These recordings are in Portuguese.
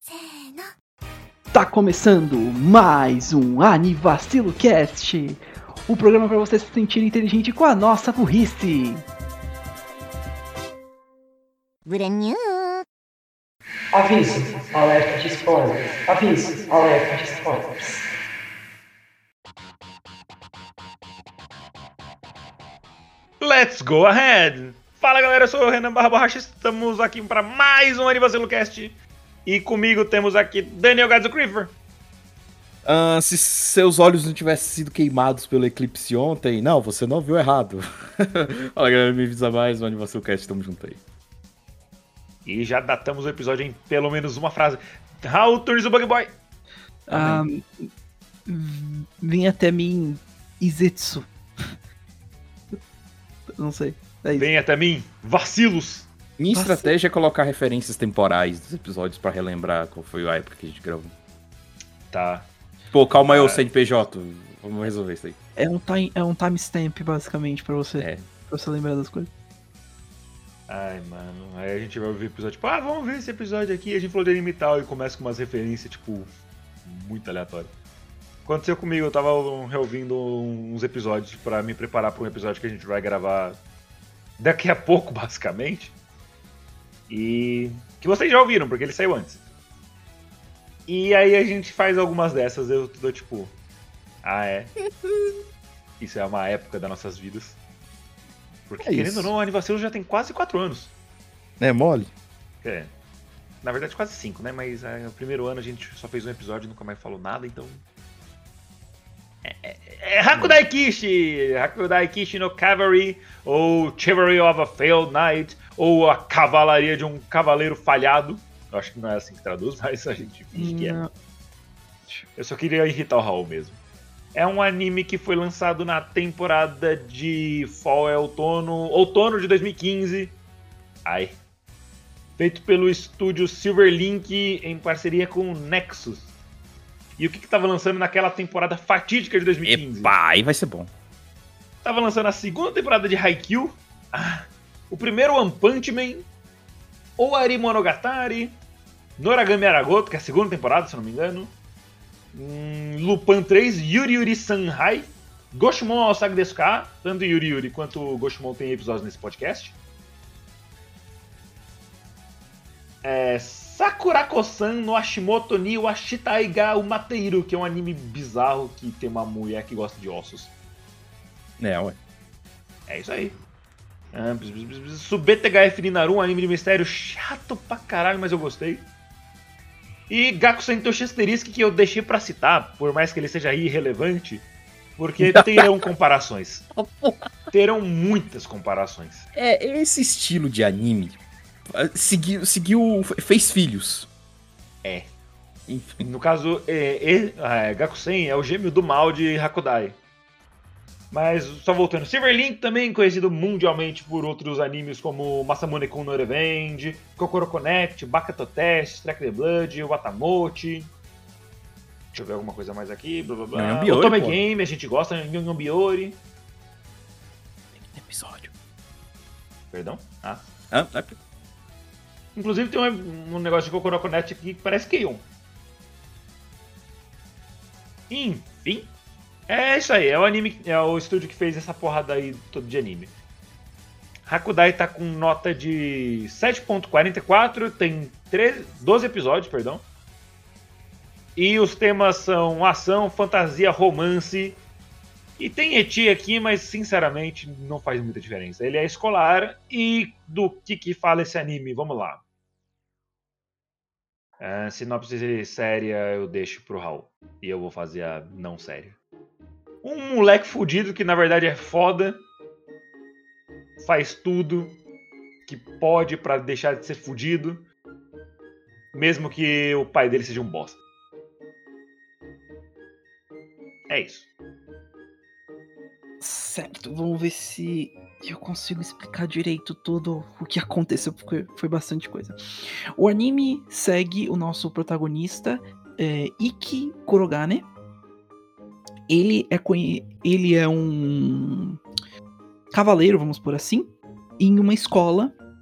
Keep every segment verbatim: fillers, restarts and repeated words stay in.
Tá começando mais um Anivacilo Cast, o programa para você se sentir inteligente com a nossa burrice. Aviso, alerta de spoilers. Aviso, alerta de spoilers. Let's go ahead! Fala galera, eu sou o Renan Barra Borracha, estamos aqui para mais um Anivacilo Cast. E comigo temos aqui Daniel Gadzo Creeper. Uh, se seus olhos não tivessem sido queimados pelo eclipse ontem, não, você não viu errado. Fala galera, bem-vindos a mais um Anivacilo Cast, tamo junto aí. E já datamos o episódio em pelo menos uma frase. Raul Turns o Bug Boy. Ah, vem até mim, Izetsu. Não sei. É isso. Vem até mim, vacilos. Minha Nossa. estratégia é colocar referências temporais dos episódios pra relembrar qual foi a época que a gente gravou. Tá. Pô, calma aí, ô Ah. C N P J, vamos resolver isso aí. É um, time, é um timestamp, basicamente, pra você, É. pra você lembrar das coisas. Ai, mano. Aí a gente vai ouvir o episódio, tipo, ah, vamos ver esse episódio aqui. A gente falou de anime e tal, e começa com umas referências, tipo, muito aleatórias. Aconteceu comigo, eu tava reouvindo uns episódios pra me preparar pra um episódio que a gente vai gravar daqui a pouco, basicamente. E que vocês já ouviram, porque ele saiu antes. E aí a gente faz algumas dessas, eu tô tipo, ah é? Isso é uma época das nossas vidas. Porque É querendo isso. ou não, o Anivacilo já tem quase quatro anos. É mole? É. Na verdade, quase cinco, né? Mas é, no primeiro ano a gente só fez um episódio e nunca mais falou nada, então. É, é, é Hakudai Kishi! Hakudai Kishi no Cavalry, ou Chivalry of a Failed Knight, ou a Cavalaria de um Cavaleiro Falhado. Eu acho que não é assim que traduz, mas a gente finge que é. Não. Eu só queria irritar o Raul mesmo. É um anime que foi lançado na temporada de Fall é Outono, outono de dois mil e quinze. Ai. Feito pelo estúdio Silverlink em parceria com o Nexus. E o que que tava lançando naquela temporada fatídica de dois mil e quinze? Epa, aí vai ser bom. Tava lançando a segunda temporada de Haikyuu, ah, o primeiro One Punch Man, Owari Monogatari, Noragami Aragoto, que é a segunda temporada, se eu não me engano, hum, Lupin três, Yuri Yuri Sanhai, Goshimon Aosagi desu ka, tanto Yuri Yuri quanto Goshimon tem episódios nesse podcast. É, Sakurako-san no Hashimoto ni Washitai ga Umateiru, que é um anime bizarro que tem uma mulher que gosta de ossos. É, ué. É isso aí. Ah, bzz, bzz, bzz. Subete H F Naru, um anime de mistério chato pra caralho, mas eu gostei. E Gakusen Toshi Asterisk, que eu deixei pra citar, por mais que ele seja irrelevante, porque terão comparações. Terão muitas comparações. É, esse estilo de anime ah, seguiu, seguiu fez filhos. É. Enfim. No caso, é, é, é, Gakusen é o gêmeo do mal de Hakudai. Mas, só voltando, Silverlink também conhecido mundialmente por outros animes como Masamune Kun no Revenge, Kokoro Connect, Bakato Test, Track the Blood, Watamote. Deixa eu ver alguma coisa mais aqui. Blá, blá, blá. Nyan Biori, Otome pô. Game, a gente gosta, Nyan Biori. Episódio. Perdão? Ah. Ah, ah, Inclusive tem um, um negócio de Kokoro Connect aqui que parece Keion. Enfim. É isso aí, é o anime, é o estúdio que fez essa porrada aí todo de anime. Hakudai tá com nota de sete ponto quarenta e quatro, tem treze, doze episódios, perdão. E os temas são ação, fantasia, romance. E tem eti aqui, mas sinceramente não faz muita diferença. Ele é escolar e do que que fala esse anime? Vamos lá. A sinopse séria eu deixo pro Raul. E eu vou fazer a não séria. Um moleque fudido que na verdade é foda, faz tudo que pode pra deixar de ser fudido, mesmo que o pai dele seja um bosta. É isso. Certo, vamos ver se eu consigo explicar direito tudo o que aconteceu, porque foi bastante coisa. O anime segue o nosso protagonista, é, Ikki Kurogane. Ele é, conhe... ele é um cavaleiro, vamos por assim, em uma escola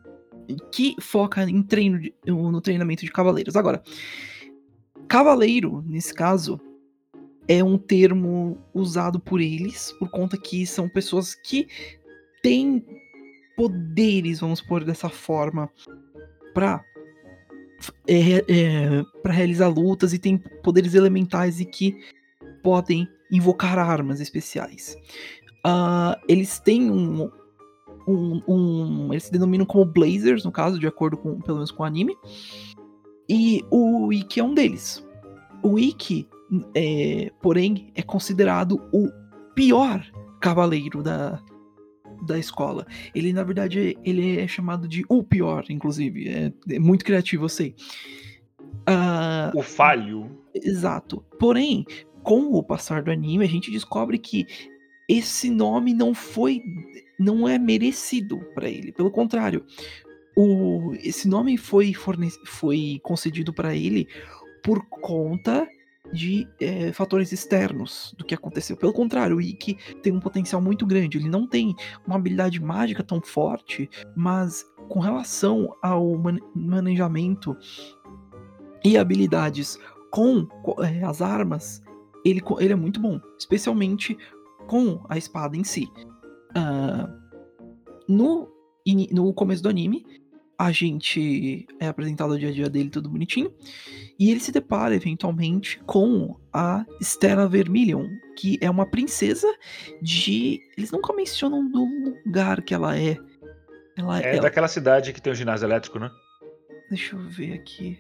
que foca em treino de- no treinamento de cavaleiros. Agora, cavaleiro, nesse caso, é um termo usado por eles, por conta que são pessoas que têm poderes, vamos pôr dessa forma, pra, é, é, pra realizar lutas e tem poderes elementais e que podem invocar armas especiais. Ah, eles têm um, um, um- Eles se denominam como Blazers, no caso, de acordo com, pelo menos com o anime. E o Ikki é um deles. O Ikki, é, porém, é considerado o pior cavaleiro da, da escola. Ele, na verdade, ele é chamado de o pior, inclusive. É, é muito criativo, eu sei. Ah, O falho. exato. Porém, com o passar do anime, a gente descobre que esse nome não foi, não é merecido para ele. Pelo contrário, o, esse nome foi, forne, foi concedido para ele por conta de é, fatores externos do que aconteceu. Pelo contrário, o Ikki tem um potencial muito grande. Ele não tem uma habilidade mágica tão forte, mas com relação ao man manejamento e habilidades com é, as armas, ele, ele é muito bom, especialmente com a espada em si. Uh, no, no começo do anime, a gente é apresentado o dia a dia dele tudo bonitinho, e ele se depara eventualmente com a Stella Vermilion, que é uma princesa de... Eles nunca mencionam do lugar que ela é. Ela, É ela... daquela cidade que tem um ginásio elétrico, né? Deixa eu ver aqui.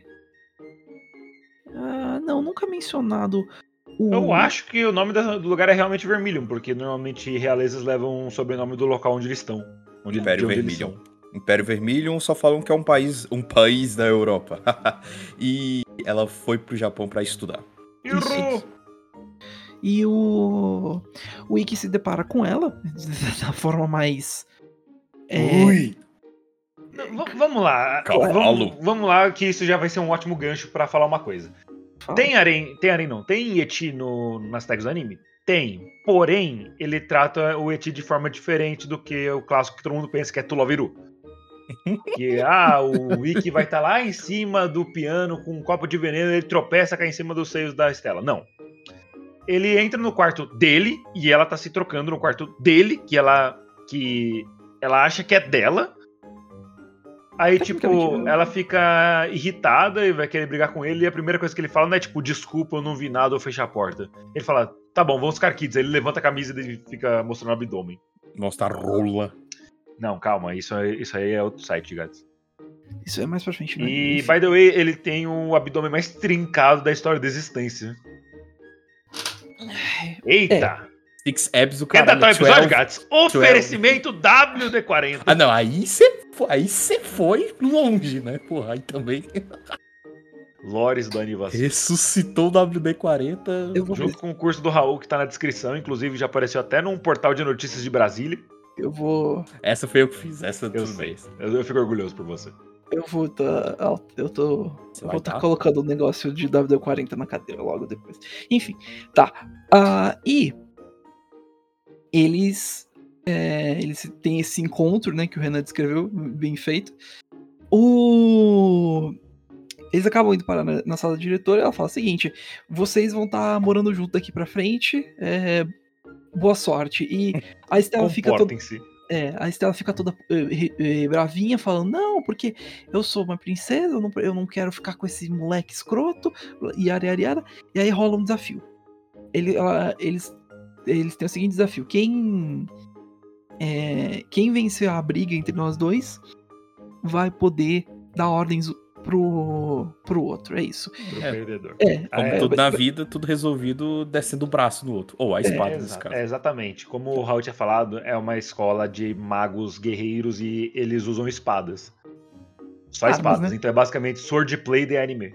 Ah, não, nunca mencionado o... Eu acho que o nome do lugar é realmente Vermilion, porque normalmente realezas levam o sobrenome do local onde eles estão. Onde, Império de onde eles Vermilion. são. Império Vermilion só falam que é um país, um país da Europa. E ela foi pro Japão pra estudar. Errou! E o... O Ikki se depara com ela da forma mais... É... Ui! Não, v- vamos lá. Cavalo. Vamos, vamos lá, que isso já vai ser um ótimo gancho pra falar uma coisa. Fala. Tem harem, tem harem não, tem Eti no, nas tags do anime? Tem. Porém, ele trata o Eti de forma diferente do que o clássico que todo mundo pensa que é Tulaviru. Que, ah, o Ikki vai estar lá em cima do piano com um copo de veneno, ele tropeça, cai em cima dos seios da Stella. Não. Ele entra no quarto dele e ela tá se trocando no quarto dele, que ela, que ela acha que é dela. Aí, tipo, ela fica irritada e vai querer brigar com ele. E a primeira coisa que ele fala não é tipo, desculpa, eu não vi nada, eu fechei a porta. Ele fala, tá bom, vamos ficar kids. Aí ele levanta a camisa e fica mostrando o abdômen. Mostra a rola. Não, calma, isso, é, isso aí é outro site, gatos. Isso é mais pra frente, né? E, Enfim. by the way, ele tem o abdômen mais trincado da história da existência. Eita! Six abs, o Quer caralho. datar o episódio, doze. gatos? Oferecimento W D quarenta. Ah, não, aí você aí você foi longe, né? Porra, aí também. Lores do aniversário. Ressuscitou o W D quarenta. Eu vou, Junto com o curso do Raul, que tá na descrição. Inclusive, já apareceu até num portal de notícias de Brasília. eu vou, Essa foi eu que fiz, essa Eu tudo sei. bem. Eu, eu fico orgulhoso por você. eu vou tá, eu tô, Você eu vai vou tá tá? colocando o negócio de W D quarenta na cadeira logo depois. Enfim, tá. Ah, e eles, é, eles têm esse encontro, né, que o Renan descreveu, bem feito. O... Eles acabam indo parar na, na sala da diretora e ela fala o seguinte, vocês vão estar tá morando junto daqui pra frente, é, boa sorte. E a Stella fica toda... Comportem-se. É, a Stella fica toda eh, eh, bravinha, falando, não, porque eu sou uma princesa, eu não, eu não quero ficar com esse moleque escroto, e yara, yara, yara. E aí rola um desafio. Ele, ela, eles, eles têm o seguinte desafio, quem, é, quem vencer a briga entre nós dois vai poder dar ordens pro, pro outro, é isso. Pro É. perdedor. É, Como é, tudo vai- na vida, tudo resolvido descendo o braço no outro. Ou a espada, É, nesse exa- caso. é, exatamente. Como o Raul tinha falado, é uma escola de magos guerreiros e eles usam espadas. Só Armas, espadas. né? Então é basicamente swordplay de anime.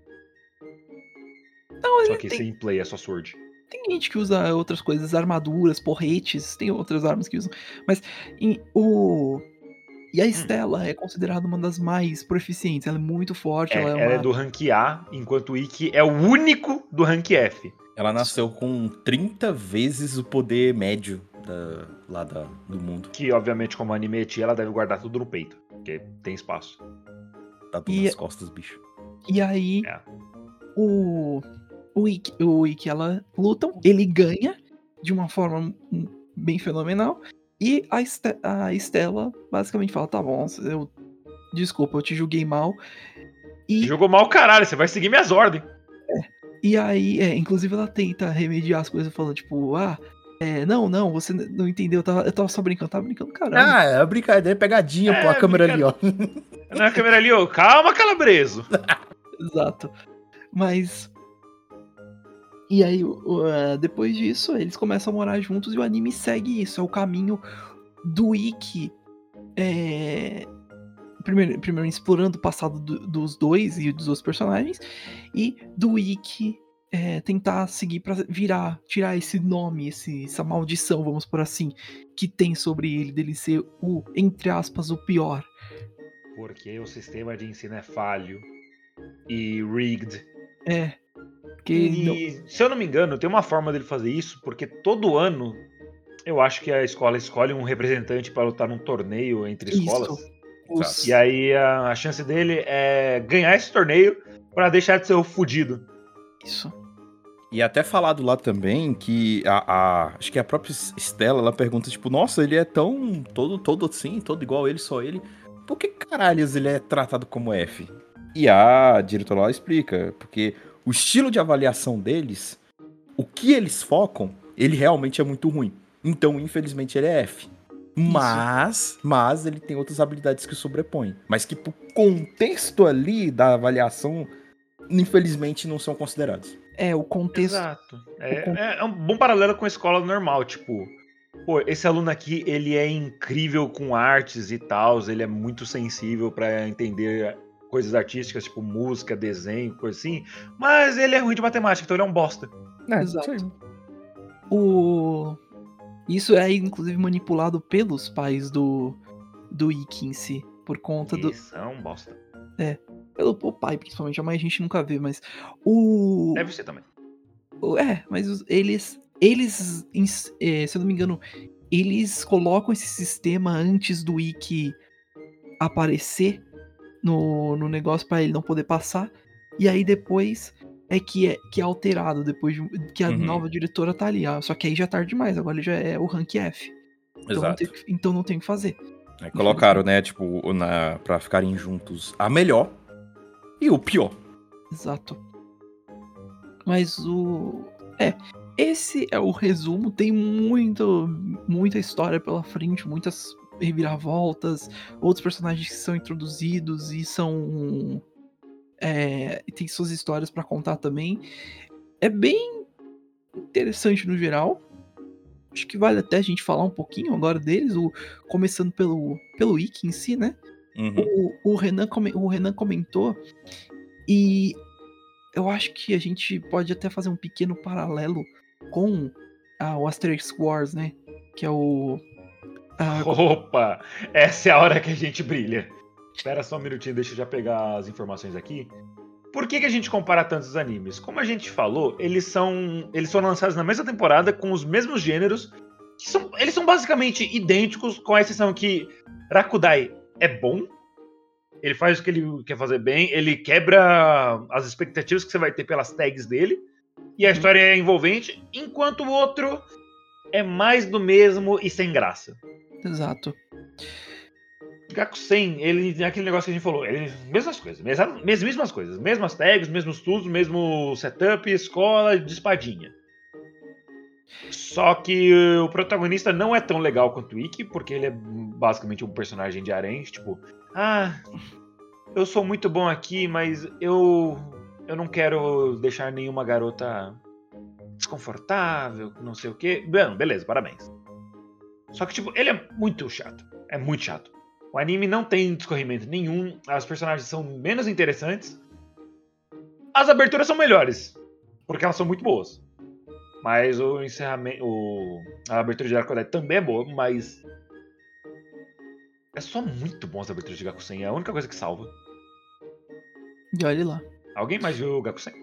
Não, Só ele que tem, sem play, é só sword. tem gente que usa outras coisas, armaduras, porretes, tem outras armas que usam. Mas em- o. E a Stella é considerada uma das mais proficientes. Ela é muito forte. É, ela é ela uma. é do rank A, enquanto o Ikki é o único do rank F. Ela nasceu com trinta vezes o poder médio da, lá da, do mundo. Que, obviamente, como anime ela deve guardar tudo no peito. Porque tem espaço. Tá tudo E- nas costas, bicho. E aí, É. o, o Ikki, o Ikki e ela lutam, ele ganha de uma forma hum, bem fenomenal. E a, Este- a Estela basicamente fala: tá bom, eu, desculpa, eu te julguei mal. E, Jogou mal o caralho, você vai seguir minhas ordens. e aí, é, inclusive, ela tenta remediar as coisas, falando, tipo, ah, é, não, não, você n- não entendeu, eu tava, eu tava só brincando, tava brincando, caralho. Ah, é brincadeira, pegadinha, pô, a É, câmera ali, ó. Na câmera ali, ô, calma, calabreso. Exato. Mas. E aí, o- o, eh, depois disso, eles começam a morar juntos e o anime segue isso. É o caminho do Ikki. É, primeiro, primeiro explorando o passado do- dos dois e dos outros personagens. E do Ikki é, tentar seguir pra virar, tirar esse nome, esse, essa maldição, vamos por assim, que tem sobre ele, dele ser o, entre aspas, o pior. Porque o sistema de ensino é falho e rigged. É. Que não- E, se eu não me engano, tem uma forma dele fazer isso, porque todo ano eu acho que a escola escolhe um representante para lutar num torneio entre escolas. Isso. Os- E aí a, a chance dele é ganhar esse torneio para deixar de ser o fudido. Isso. E até falado lá também que a, a- acho que a própria Estela, ela pergunta, tipo, nossa, ele é tão todo, todo assim, todo igual ele, só ele. Por que caralhos ele é tratado como F? E a diretora lá explica, porque o estilo de avaliação deles, o que eles focam, ele realmente é muito ruim. Então, infelizmente, ele é F. Mas, mas ele tem outras habilidades que sobrepõem. Mas que pro contexto ali da avaliação, infelizmente, não são considerados. É, o contexto. Exato. É, o con- é- é um bom paralelo com a escola normal, tipo, pô, esse aluno aqui, ele é incrível com artes e tal, ele é muito sensível pra entender coisas artísticas, tipo música, desenho, coisa assim, mas ele é ruim de matemática, então ele é um bosta. É, Exato. isso aí. O... Isso é, inclusive, manipulado pelos pais do, do Ikki em si. Por conta do. Isso é um bosta. Pelo o pai, principalmente. A mãe a gente nunca vê, mas. O. Deve ser também. o- É, mas os- eles. Eles. ins- é, se eu não me engano, eles colocam esse sistema antes do Ikki aparecer no, no negócio pra ele não poder passar. E aí depois é que é, que é alterado, depois de- que a Uhum. nova diretora tá ali. Ah, só que aí já é tarde demais, agora ele já é o rank F. Então não, Exato. tem, que- então não tem o que fazer. Aí colocaram, né, tipo, na, pra ficarem juntos a melhor e o pior. Exato. Mas o. É. Esse é o resumo. Tem muito, muita história pela frente, muitas reviravoltas, outros personagens que são introduzidos e são. É, e tem suas histórias pra contar também. É bem interessante no geral. Acho que vale até a gente falar um pouquinho agora deles, o, começando pelo, pelo Ikki em si, né? Uhum. O, o, Renan, come- o Renan comentou, e eu acho que a gente pode até fazer um pequeno paralelo com ah, o Asterix Wars, né? Que é o. ah, Opa! Essa é a hora que a gente brilha. Espera só um minutinho, deixa eu já pegar as informações aqui. Por que, que a gente compara tantos animes? Como a gente falou, eles são eles são lançados na mesma temporada com os mesmos gêneros. Que são, eles são basicamente idênticos, com a exceção que Rakudai é bom. Ele faz o que ele quer fazer bem. Ele quebra as expectativas que você vai ter pelas tags dele. E a Uhum. história é envolvente. Enquanto o outro é mais do mesmo e sem graça. Exato. Gakusen, ele é aquele negócio que a gente falou, ele, mesmas coisas, mesmas, mesmas coisas, mesmas tags, mesmos tudo, mesmo setup, escola de espadinha. Só que o protagonista não é tão legal quanto o Ikki, porque ele é basicamente um personagem de harém, tipo, ah, eu sou muito bom aqui, mas eu eu não quero deixar nenhuma garota desconfortável, não sei o quê. Bom, beleza, parabéns. Só que, tipo, ele é muito chato, é muito chato. O anime não tem discorrimento nenhum, as personagens são menos interessantes. As aberturas são melhores, porque elas são muito boas. Mas o encerramento. O, a abertura de Gakusen também é boa, mas. É só muito bom as aberturas de Gakusen, é a única coisa que salva. E olha lá. Alguém mais viu o Gakusen?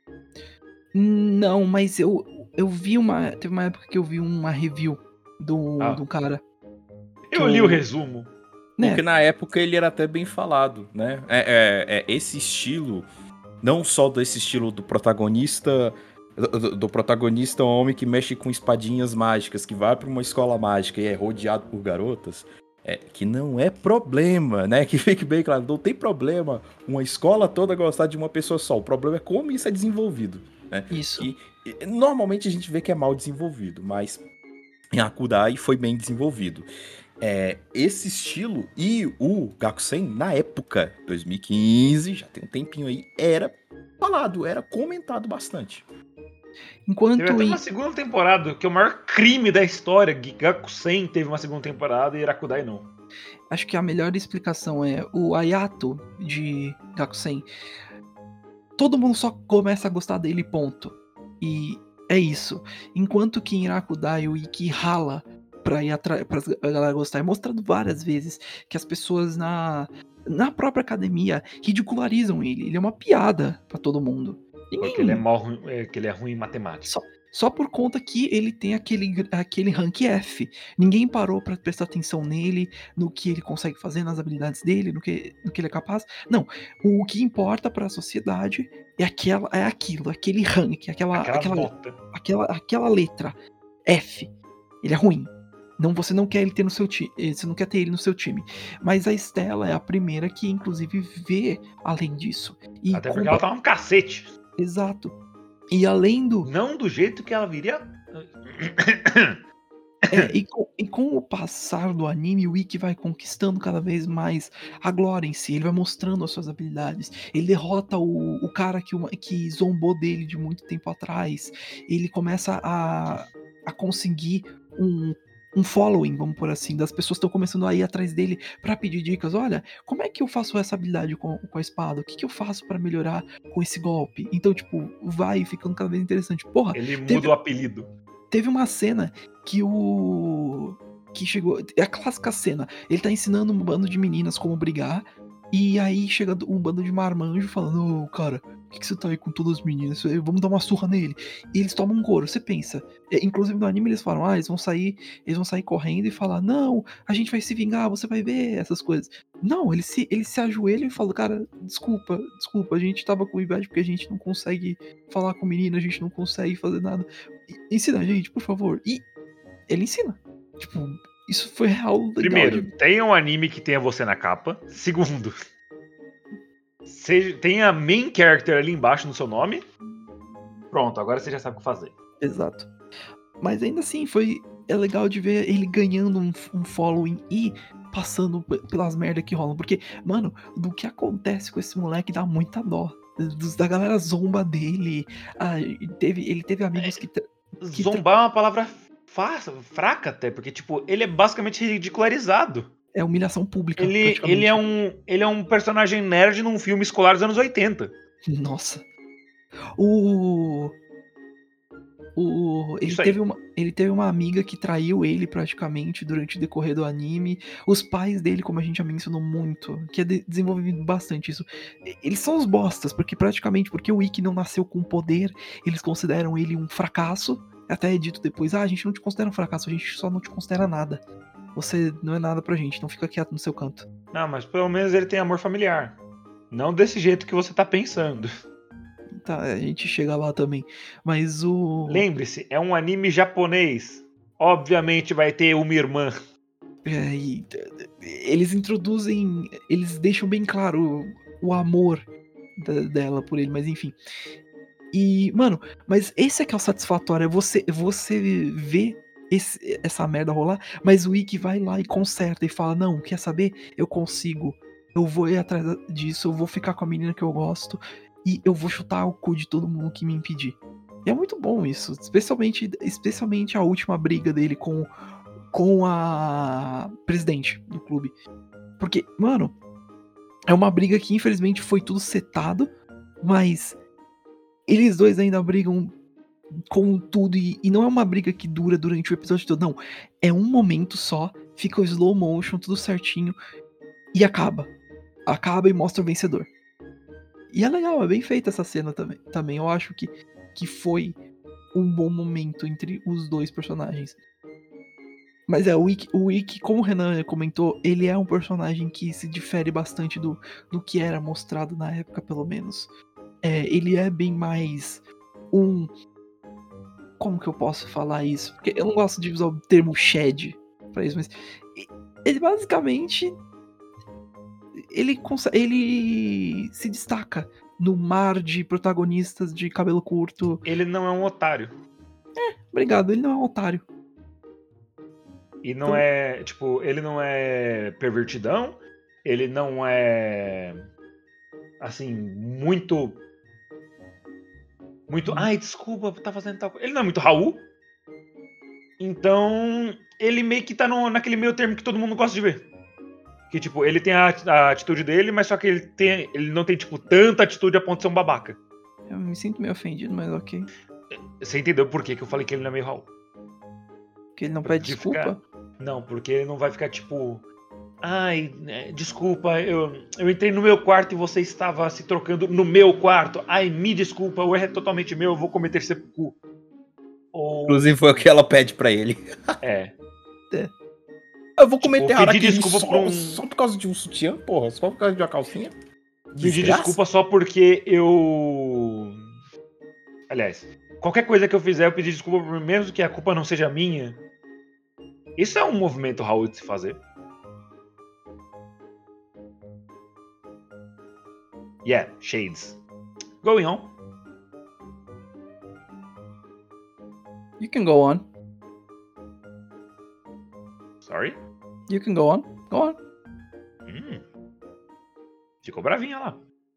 Não, mas eu, eu vi uma. Teve uma época que eu vi uma review do, Ah. do cara. Eu Que li eu- o resumo. Né? Porque na época ele era até bem falado, né? É, é- é esse estilo, não só desse estilo do protagonista, do, do protagonista homem que mexe com espadinhas mágicas, que vai pra uma escola mágica e é rodeado por garotas, é, que não é problema, né? Que fique bem claro, não tem problema uma escola toda gostar de uma pessoa só. O problema é como isso é desenvolvido, né? Isso. Que e, normalmente a gente vê que é mal desenvolvido, mas em Akudai foi bem desenvolvido. É, esse estilo e o Gakusen, na época, dois mil e quinze, já tem um tempinho aí, era falado, era comentado bastante. Teve Enquanto até em- uma segunda temporada, que é o maior crime da história. Gakusen teve uma segunda temporada e Irakudai não. acho que a melhor explicação é o Ayato de Gakusen. Todo mundo só começa a gostar dele, ponto. E é isso. Enquanto que em Irakudai o Ikki rala pra ir atrás, pra galera gostar, é mostrado várias vezes que as pessoas na, na própria academia ridicularizam ele. Ele é uma piada pra todo mundo. Porque ele é, mal, ruim- é, que ele é ruim em matemática. Só, só por conta que ele tem aquele, aquele rank F. Ninguém parou pra prestar atenção nele, no que ele consegue fazer, nas habilidades dele, no que, no que ele é capaz. Não, o que importa pra sociedade é, aquela, é aquilo, aquele rank, aquela, Aquela, aquela, nota. aquela, aquela letra F. Ele é ruim. Não, você não quer ele ter no seu time, você não quer ter ele no seu time. Mas a Stella é a primeira que, inclusive, vê além disso. E Até porque compa- ela tá um cacete. Exato. E além do, Não do jeito que ela viria. É, e, com, e com o passar do anime, o Ikki vai conquistando cada vez mais a glória em si, ele vai mostrando as suas habilidades, ele derrota o, o cara que, uma- que zombou dele de muito tempo atrás, ele começa a, a conseguir um, um following, vamos por assim, das pessoas estão começando a ir atrás dele pra pedir dicas, olha, como é que eu faço essa habilidade com, com a espada, o que, que eu faço pra melhorar com esse golpe, então tipo, vai ficando cada vez interessante, porra, Ele muda teve- o apelido. Teve uma cena que o. Que chegou. É a clássica cena. Ele tá ensinando um bando de meninas como brigar. E aí chega um bando de marmanjo falando: Ô, cara, por que, que você tá aí com todas as meninas? Vamos dar uma surra nele. E eles tomam um couro. Você pensa. É, inclusive no anime eles falam: Ah, eles vão sair. Eles vão sair correndo e falar: Não, a gente vai se vingar, você vai ver essas coisas. Não, eles se, eles se ajoelham e falam: Cara, desculpa, desculpa, a gente tava com inveja porque a gente não consegue falar com menina, a gente não consegue fazer nada. Ensina a gente, por favor. E ele ensina. Tipo, isso foi real legal. Primeiro, de- tenha um anime que tenha você na capa. Segundo, seja, tenha main character ali embaixo no seu nome. Pronto, agora você já sabe o que fazer. Exato. Mas ainda assim, foi. É legal de ver ele ganhando um, um following e passando p- pelas merdas que rolam. Porque, mano, do que acontece com esse moleque dá muita dó. Dos- Da galera zomba dele. Ah, e teve, ele teve amigos que. tra- Que Zombar é uma palavra fa- fraca até, porque tipo, ele é basicamente ridicularizado. É humilhação pública, Ele, praticamente. ele, é um, ele é um personagem nerd num filme escolar dos anos oitenta. Nossa. O. O, ele, Isso aí. teve uma, ele teve uma amiga que traiu ele praticamente durante o decorrer do anime. Os pais dele, como a gente já mencionou muito, que é de- desenvolvido bastante isso. e- Eles são os bostas, porque praticamente, porque o Ikki não nasceu com poder, eles consideram ele um fracasso. Até é dito depois, ah, a gente não te considera um fracasso, a gente só não te considera nada. Você não é nada pra gente, então fica quieto no seu canto. Não, mas pelo menos ele tem amor familiar. Não desse jeito que você tá pensando. Tá, a gente chega lá também. Mas o. Lembre-se, é um anime japonês. Obviamente vai ter uma irmã. É, e, eh, eles introduzem, eles deixam bem claro o, o amor da- dela por ele, mas enfim. E, mano, mas esse é que é o satisfatório, é você, você ver esse- essa merda rolar, mas o Ikki vai lá e conserta e fala, não, quer saber? Eu consigo, eu vou ir atrás disso, eu vou ficar com a menina que eu gosto e eu vou chutar o cu de todo mundo que me impedir. E é muito bom isso, especialmente, especialmente a última briga dele com com a presidente do clube. Porque, mano, é uma briga que infelizmente foi tudo setado, mas eles dois ainda brigam com tudo e, e não é uma briga que dura durante o episódio todo, não. É um momento só, fica o slow motion, tudo certinho e acaba. Acaba e mostra o vencedor. E é legal, é bem feita essa cena também. Também eu acho que, que foi um bom momento entre os dois personagens. Mas é, o Ikki, o Ikki, como o Renan comentou, ele é um personagem que se difere bastante do, do que era mostrado na época, pelo menos. É, ele é bem mais um... Como que eu posso falar isso? Porque eu não gosto de usar o termo shed pra isso, mas... Ele basicamente... Ele, consegue, ele se destaca no mar de protagonistas de cabelo curto. Ele não é um otário. É, obrigado, ele não é um otário. E não Então- é, tipo, ele não é pervertidão, ele não é, assim, muito... Muito, ai, desculpa, tá fazendo tal coisa. Ele não é muito Raul. Então, ele meio que tá no, naquele meio termo que todo mundo gosta de ver. Que, tipo, ele tem a, a atitude dele, mas só que ele, tem, ele não tem, tipo, tanta atitude a ponto de ser um babaca. Eu me sinto meio ofendido, mas ok. Você entendeu por que que eu falei que ele não é meio Raul? Porque ele não pede De desculpa. ficar- Não, porque ele não vai ficar, tipo... Ai, né, desculpa, eu, eu entrei no meu quarto e você estava se trocando no meu quarto. Ai, me desculpa, o erro é totalmente meu, eu vou cometer seppuku. Ou... Inclusive foi o que ela pede pra ele. É. Eu vou Tipo, cometer pedir harakiri desculpa só, por um- só por causa de um sutiã, porra? Só por causa de uma calcinha? Pedir Desgraça. desculpa só porque eu... Aliás, qualquer coisa que eu fizer, eu pedir desculpa por mim, mesmo que a culpa não seja minha. Isso é um movimento Raul de se fazer. Yeah, shades. Going on. You can go on. Sorry. You can go on. Go on. Hum. Ficou bravinha lá.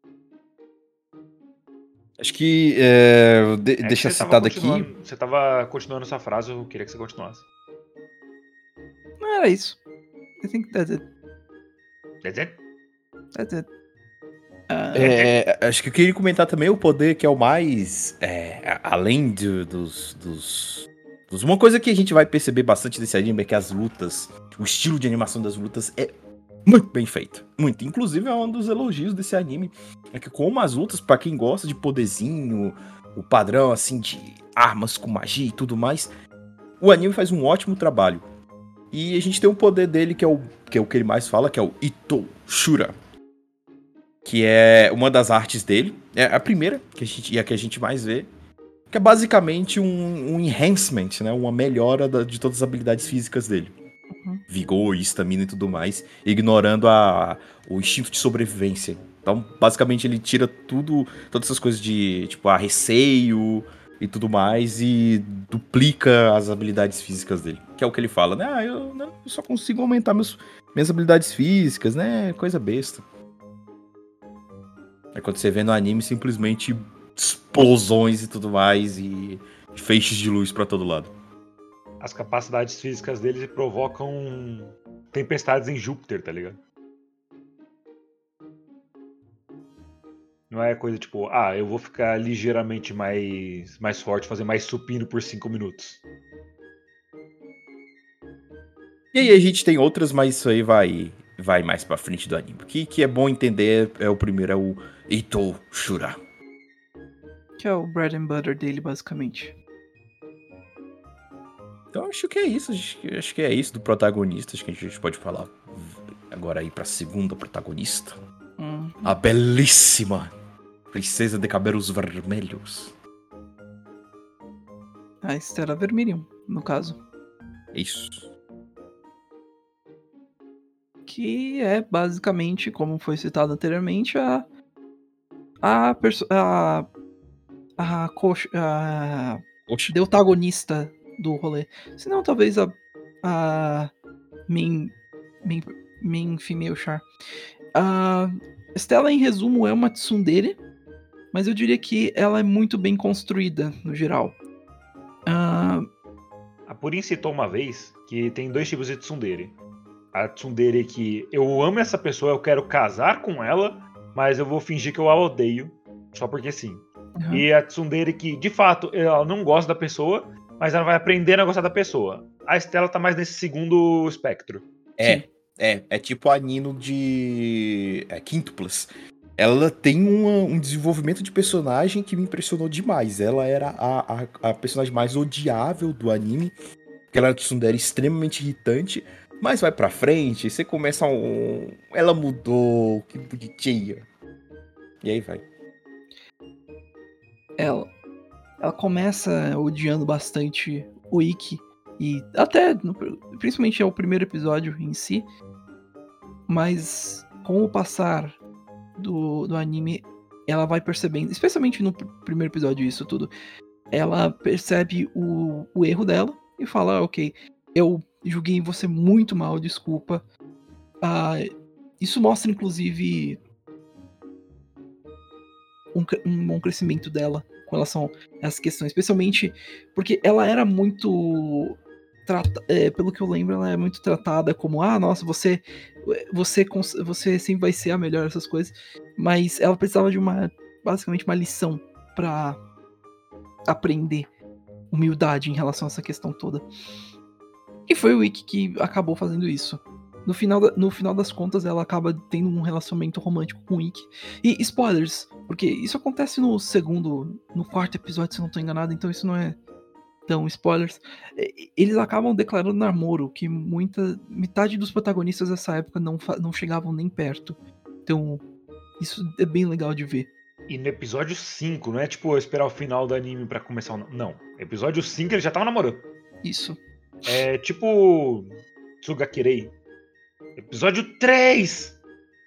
Acho que, é, de- É que deixa você tava citado aqui. continuando- Você tava continuando essa frase, eu queria que você continuasse. Não era isso. I think that's it. That's it? That's it. Ah, É, acho que eu queria comentar também o poder que é o mais. É, a- além de- dos, dos, dos- Uma coisa que a gente vai perceber bastante desse anime é que as lutas, o estilo de animação das lutas é muito bem feito. Muito. Inclusive, é um dos elogios desse anime. É que, como as lutas, pra quem gosta de poderzinho, o padrão assim de armas com magia e tudo mais, o anime faz um ótimo trabalho. E a gente tem um poder dele que é o que, é o que ele mais fala, que é o Ito Shura. Que é uma das artes dele. É a primeira, que a gente, e a que a gente mais vê. Que é basicamente um, um enhancement, né? Uma melhora da- de todas as habilidades físicas dele. Uhum. Vigor, estamina e tudo mais. Ignorando a, o instinto de sobrevivência. Então, basicamente, ele tira tudo, todas essas coisas de, tipo, a receio e tudo mais. E duplica as habilidades físicas dele. Que é o que ele fala, né? Ah, eu, né, eu só consigo aumentar meus, minhas habilidades físicas, né? Coisa besta. Aí quando você vê no anime, simplesmente explosões e tudo mais, e feixes de luz pra todo lado. As capacidades físicas deles provocam tempestades em Júpiter, tá ligado? Não é coisa tipo, ah, eu vou ficar ligeiramente mais, mais forte, fazer mais supino por cinco minutos. E aí a gente tem outras, mas isso aí vai, vai mais pra frente do anime. O que, que é bom entender é o primeiro, é o Ito Shura. Que é o bread and butter dele, basicamente. Então acho que é isso, acho que, acho que é isso do protagonista, acho que a gente pode falar agora aí pra segunda protagonista. Hum. A belíssima princesa de cabelos vermelhos. A Estela Vermilion, no caso. Isso. Que é basicamente, como foi citado anteriormente, a. A. perso- a. A. coxa- a Oxe. deutagonista do rolê. Se não, talvez a. A. Main. Main, main female char. A Stella, em resumo, é uma tsundere, mas eu diria que ela é muito bem construída, no geral. Ah, A Purin citou uma vez que tem dois tipos de tsundere. A tsundere que eu amo essa pessoa, eu quero casar com ela, mas eu vou fingir que eu a odeio, só porque sim. uhum. E a tsundere que, de fato, ela não gosta da pessoa, mas ela vai aprender a gostar da pessoa. A Stella tá mais nesse segundo espectro. É, Sim. é, é tipo a Nino de é, Quíntuplas. Ela tem uma- um desenvolvimento de personagem que me impressionou demais. Ela era a, a, a personagem mais odiável do anime, aquela tsundere extremamente irritante, mas vai pra frente, você começa um... Ela mudou, que bonitinha. E aí vai. Ela, ela começa odiando bastante o Ikki, e até, no- principalmente é o primeiro episódio em si, mas com o passar do, do anime, ela vai percebendo, especialmente no pr- primeiro episódio isso tudo, ela percebe o, o erro dela e fala, ah, ok, eu julguei você muito mal, desculpa. Ah, isso mostra, inclusive, um, cre- um bom crescimento dela com relação a essas questões, especialmente porque ela era muito trata- é, pelo que eu lembro, ela é muito tratada como, ah, nossa, você você cons- você sempre vai ser a melhor, essas coisas, mas ela precisava de uma, basicamente uma lição pra aprender humildade em relação a essa questão toda. E foi o Ikki que acabou fazendo isso. No final, da- no final das contas, ela acaba tendo um relacionamento romântico com o Ikki. E spoilers, porque isso acontece no segundo, no quarto episódio, se eu não tô enganado, então isso não é tão spoilers. E- Eles acabam declarando namoro, que muita metade dos protagonistas dessa época não, fa- não chegavam nem perto. Então, isso é bem legal de ver. E no episódio cinco, não é tipo eu esperar o final do anime pra começar o. Não. Episódio cinco ele já tava namorando. Isso. É tipo. Tsugakirei. Episódio três!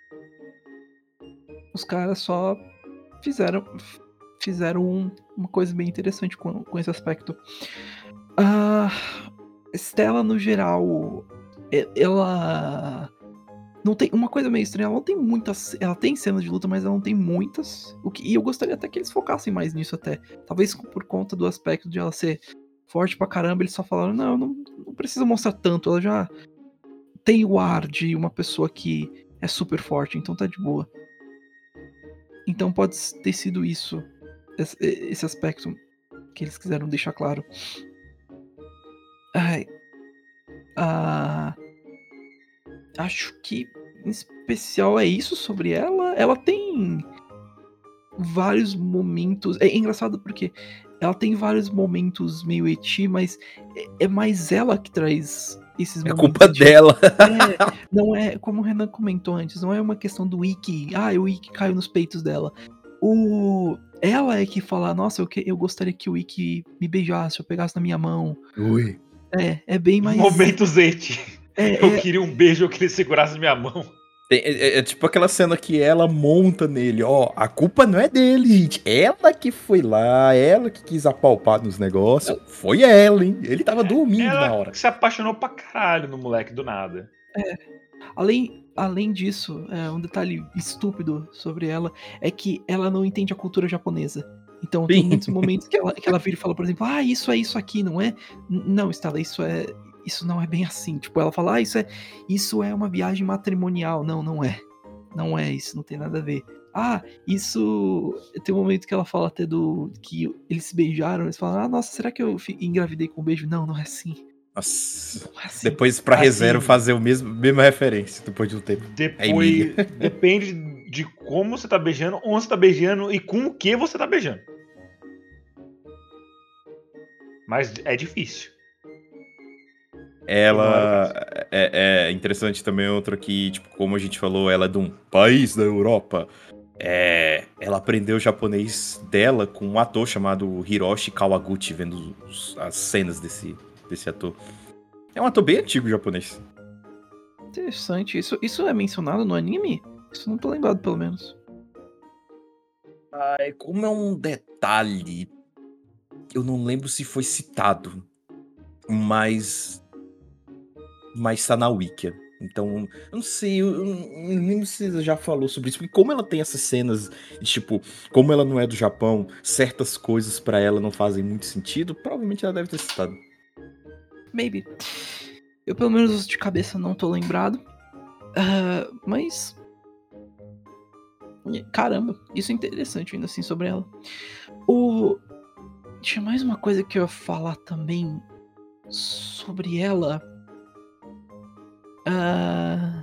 Os caras só fizeram fizeram um- uma coisa bem interessante com, com esse aspecto. A Stella, no geral, e- ela não tem uma coisa meio estranha. Ela não tem muitas, ela tem cenas de luta, mas ela não tem muitas. O que, e eu gostaria até que eles focassem mais nisso até. Talvez por conta do aspecto de ela ser forte pra caramba, eles só falaram não, não, não precisa mostrar tanto. Ela já tem o ar de uma pessoa que é super forte, então tá de boa. Então pode ter sido isso, esse, esse aspecto que eles quiseram deixar claro. Ai, ah, acho que em especial é isso sobre ela. Ela tem vários momentos. É engraçado porque ela tem vários momentos meio eti, mas é, é mais ela que traz esses É momentos. culpa eti. dela. É, não é, como o Renan comentou antes, não é uma questão do Ikki, ah, o Ikki caiu nos peitos dela. O, ela é que fala, nossa, eu, que, eu gostaria que o Ikki me beijasse, eu pegasse na minha mão. Ui. É, é bem mais. Momento Zete. É, Eu é, queria um beijo, eu queria que ele segurasse minha mão. Tem- É, é- é tipo aquela cena que ela monta nele, ó, a culpa não é dele, gente. Ela que foi lá, ela que quis apalpar nos negócios. Foi ela, hein? Ele tava dormindo na Ela hora. se apaixonou pra caralho no moleque do nada. além, além disso, é, um detalhe estúpido sobre ela é que ela não entende a cultura japonesa. Então tem Sim. muitos momentos que ela, que ela vira e fala, por exemplo, ah, isso é isso aqui, não é? N- Não, Stella, isso é. Isso não é bem assim. Tipo, ela fala, ah, isso é, isso é uma viagem matrimonial. Não, não é. Não é, isso não tem nada a ver. Ah, isso. Tem um momento que ela fala até do. Que eles se beijaram, eles falam, ah, nossa, será que eu fi- engravidei com um beijo? Não, não é assim. Nossa. Não é assim. Depois pra Assim- ReZero fazer o mesmo, mesma referência depois de um tempo. Depois. Emília. Depende de como você tá beijando, onde você tá beijando e com o que você tá beijando. Mas é difícil. Ela é, é interessante também outro que, tipo, como a gente falou, ela é de um país da Europa. É, ela aprendeu japonês dela com um ator chamado Hiroshi Kawaguchi, vendo os- as cenas desse, desse ator. É um ator bem antigo japonês. Interessante. Isso, isso é mencionado no anime? Isso não tô lembrado, pelo menos. É, como é um detalhe, eu não lembro se foi citado, mas mas tá na Wikia. Então, eu não sei, eu, eu não lembro se você já falou sobre isso, porque como ela tem essas cenas, e, tipo, como ela não é do Japão, certas coisas pra ela não fazem muito sentido, provavelmente ela deve ter citado. Maybe. Eu, pelo menos, de cabeça não tô lembrado. Ah, mas. Caramba, isso é interessante ainda assim sobre ela. O. Tinha mais uma coisa que eu ia falar também sobre ela. Ah.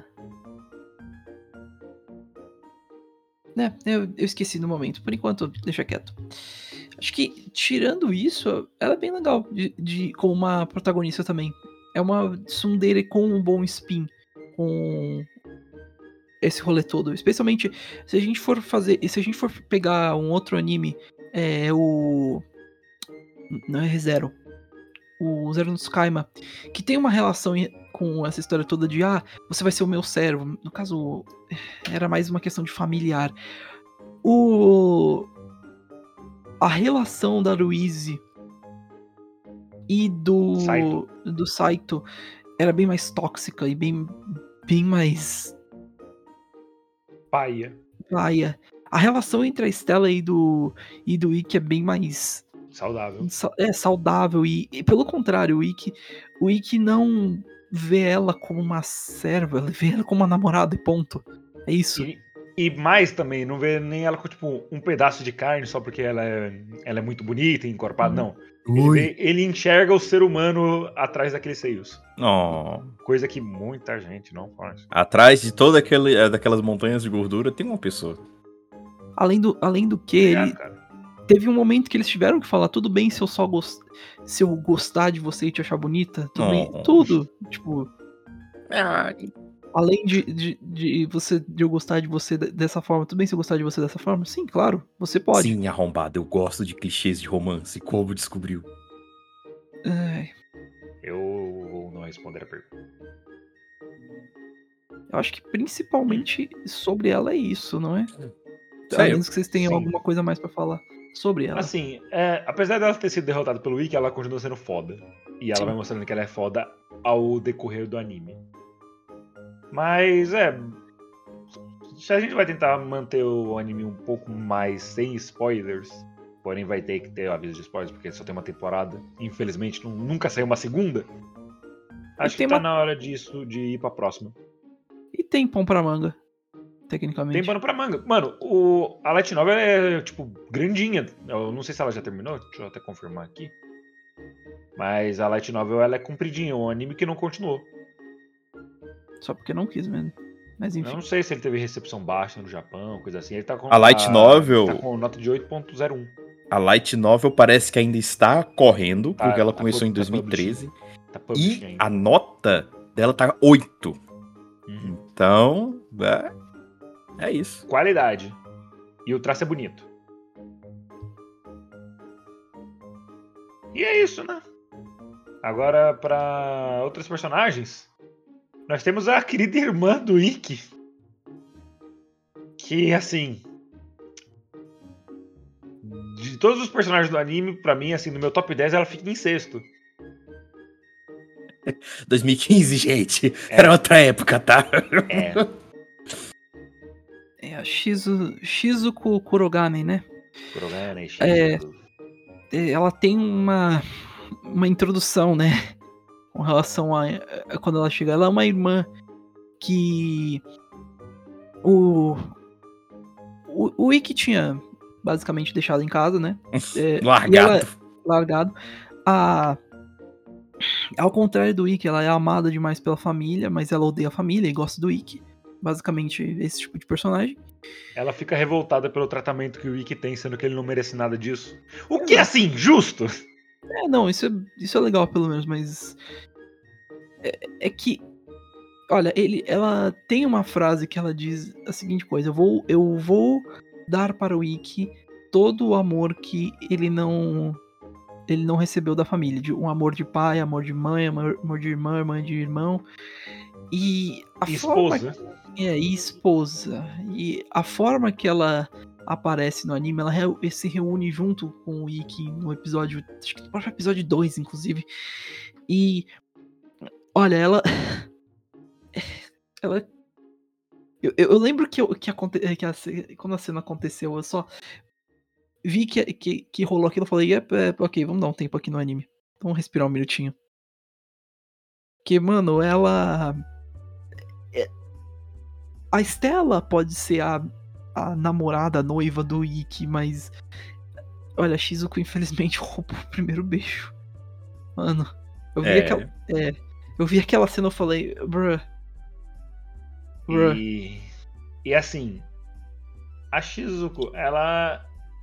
É, eu, eu esqueci no momento. Por enquanto, deixa quieto. Acho que, tirando isso, ela é bem legal de, de, como uma protagonista também. É uma tsundere com um bom spin, com esse rolê todo. Especialmente se a gente for fazer. Se a gente for pegar um outro anime, é o. Não é ReZero. O Zero no Tsukaima, que tem uma relação com essa história toda de ah, você vai ser o meu servo. No caso, era mais uma questão de familiar. O... A relação da Ruize e do Saito. do Saito era bem mais tóxica e bem, bem mais Paia. paia. A relação entre a Stella e do, e do Ikki é bem mais Saudável. é saudável e, e pelo contrário, o Ikki, o Ikki não vê ela como uma serva, ele vê ela como uma namorada e ponto. É isso. E, e mais também, não vê nem ela com tipo um pedaço de carne só porque ela é, ela é muito bonita e encorpada, Uhum. não. Ele, vê, ele enxerga o ser humano atrás daqueles seios. Oh. Coisa que muita gente não faz. Atrás de toda aquele, daquelas montanhas de gordura tem uma pessoa. Além do, além do que, Obrigado, ele, cara. teve um momento que eles tiveram que falar, tudo bem se eu só gost... se eu gostar de você e te achar bonita, tudo Oh. bem, tudo, tipo, Ah, além de, de, de, você, de eu gostar de você dessa forma, tudo bem se eu gostar de você dessa forma? Sim, claro, você pode. sim, arrombado, eu gosto de clichês de romance, como descobriu. Ai, Eu vou não responder a pergunta. eu acho que principalmente sobre ela é isso, não é? A Sério? menos que vocês tenham Sim. alguma coisa mais pra falar sobre ela. Assim, é, apesar dela ter sido derrotada pelo Ikki, ela continua sendo foda. E ela Sim. vai mostrando que ela é foda ao decorrer do anime. Mas é. Se a gente vai tentar manter o anime um pouco mais sem spoilers, porém vai ter que ter aviso de spoilers, porque só tem uma temporada. Infelizmente, não- nunca saiu uma segunda. Acho que tem tá uma- na hora disso de ir pra próxima. E tem pão pra manga, tecnicamente. Tem pano pra manga. Mano, o, a Light Novel é, tipo, grandinha. Eu não sei se ela já terminou, deixa eu até confirmar aqui. Mas a Light Novel, ela é compridinha, um anime que não continuou. Só porque não quis mesmo. Mas Eu enfim. não sei se ele teve recepção baixa no Japão, coisa assim. Ele tá com A Light Novel- tá com nota de oito ponto zero um. A Light Novel parece que ainda está correndo, Tá- porque ela tá começou pub- em tá dois mil e treze. Tá publishing E ainda. a nota dela tá oito. Uhum. Então, é, é isso. Qualidade. E o traço é bonito. E é isso, né? Agora, pra outros personagens, nós temos a querida irmã do Ikki. Que, assim... De todos os personagens do anime, pra mim, assim, no meu top dez, ela fica em sexto. dois mil e quinze, gente. É. Era outra época, tá? É. É a Shizu, Shizuko Kurogane, né? Kurogane, É. Shizuko. É, ela tem uma, uma introdução, né? Com relação a, a quando ela chega. Ela é uma irmã que o o, o Ikki tinha basicamente deixado em casa, né? É, e Largado. ela- largado. A, ao contrário do Ikki, ela é amada demais pela família, mas ela odeia a família e gosta do Ikki. Basicamente, esse tipo de personagem. Ela fica revoltada pelo tratamento que o Ikki tem, sendo que ele não merece nada disso. O que é, assim, justo? É, não, isso é, isso é legal, pelo menos, mas. É, é que. Olha, ele, ela tem uma frase que ela diz a seguinte coisa: eu vou, eu vou dar para o Ikki todo o amor que ele não. Ele não recebeu da família. De, um amor de pai, amor de mãe, amor, amor de irmã, irmã de irmão. E a E forma esposa. É, e esposa. E a forma que ela aparece no anime, ela re- se reúne junto com o Ikki no episódio. Acho que no próprio episódio dois, inclusive. E. Olha, ela. Ela. Eu, eu eu lembro que, eu, que, aconte, que a, ce- quando a cena aconteceu, eu só vi que, que, que rolou aquilo e falei: é, é, ok, vamos dar um tempo aqui no anime. Vamos respirar um minutinho. Porque, mano, ela. A Stella pode ser a, a namorada, a noiva do Ikki, mas. Olha, a Shizuko infelizmente roubou o primeiro beijo. Mano, eu vi É. aquela. É, eu vi aquela cena e eu falei, bruh. Bruh. E, e assim, a Shizuko, ela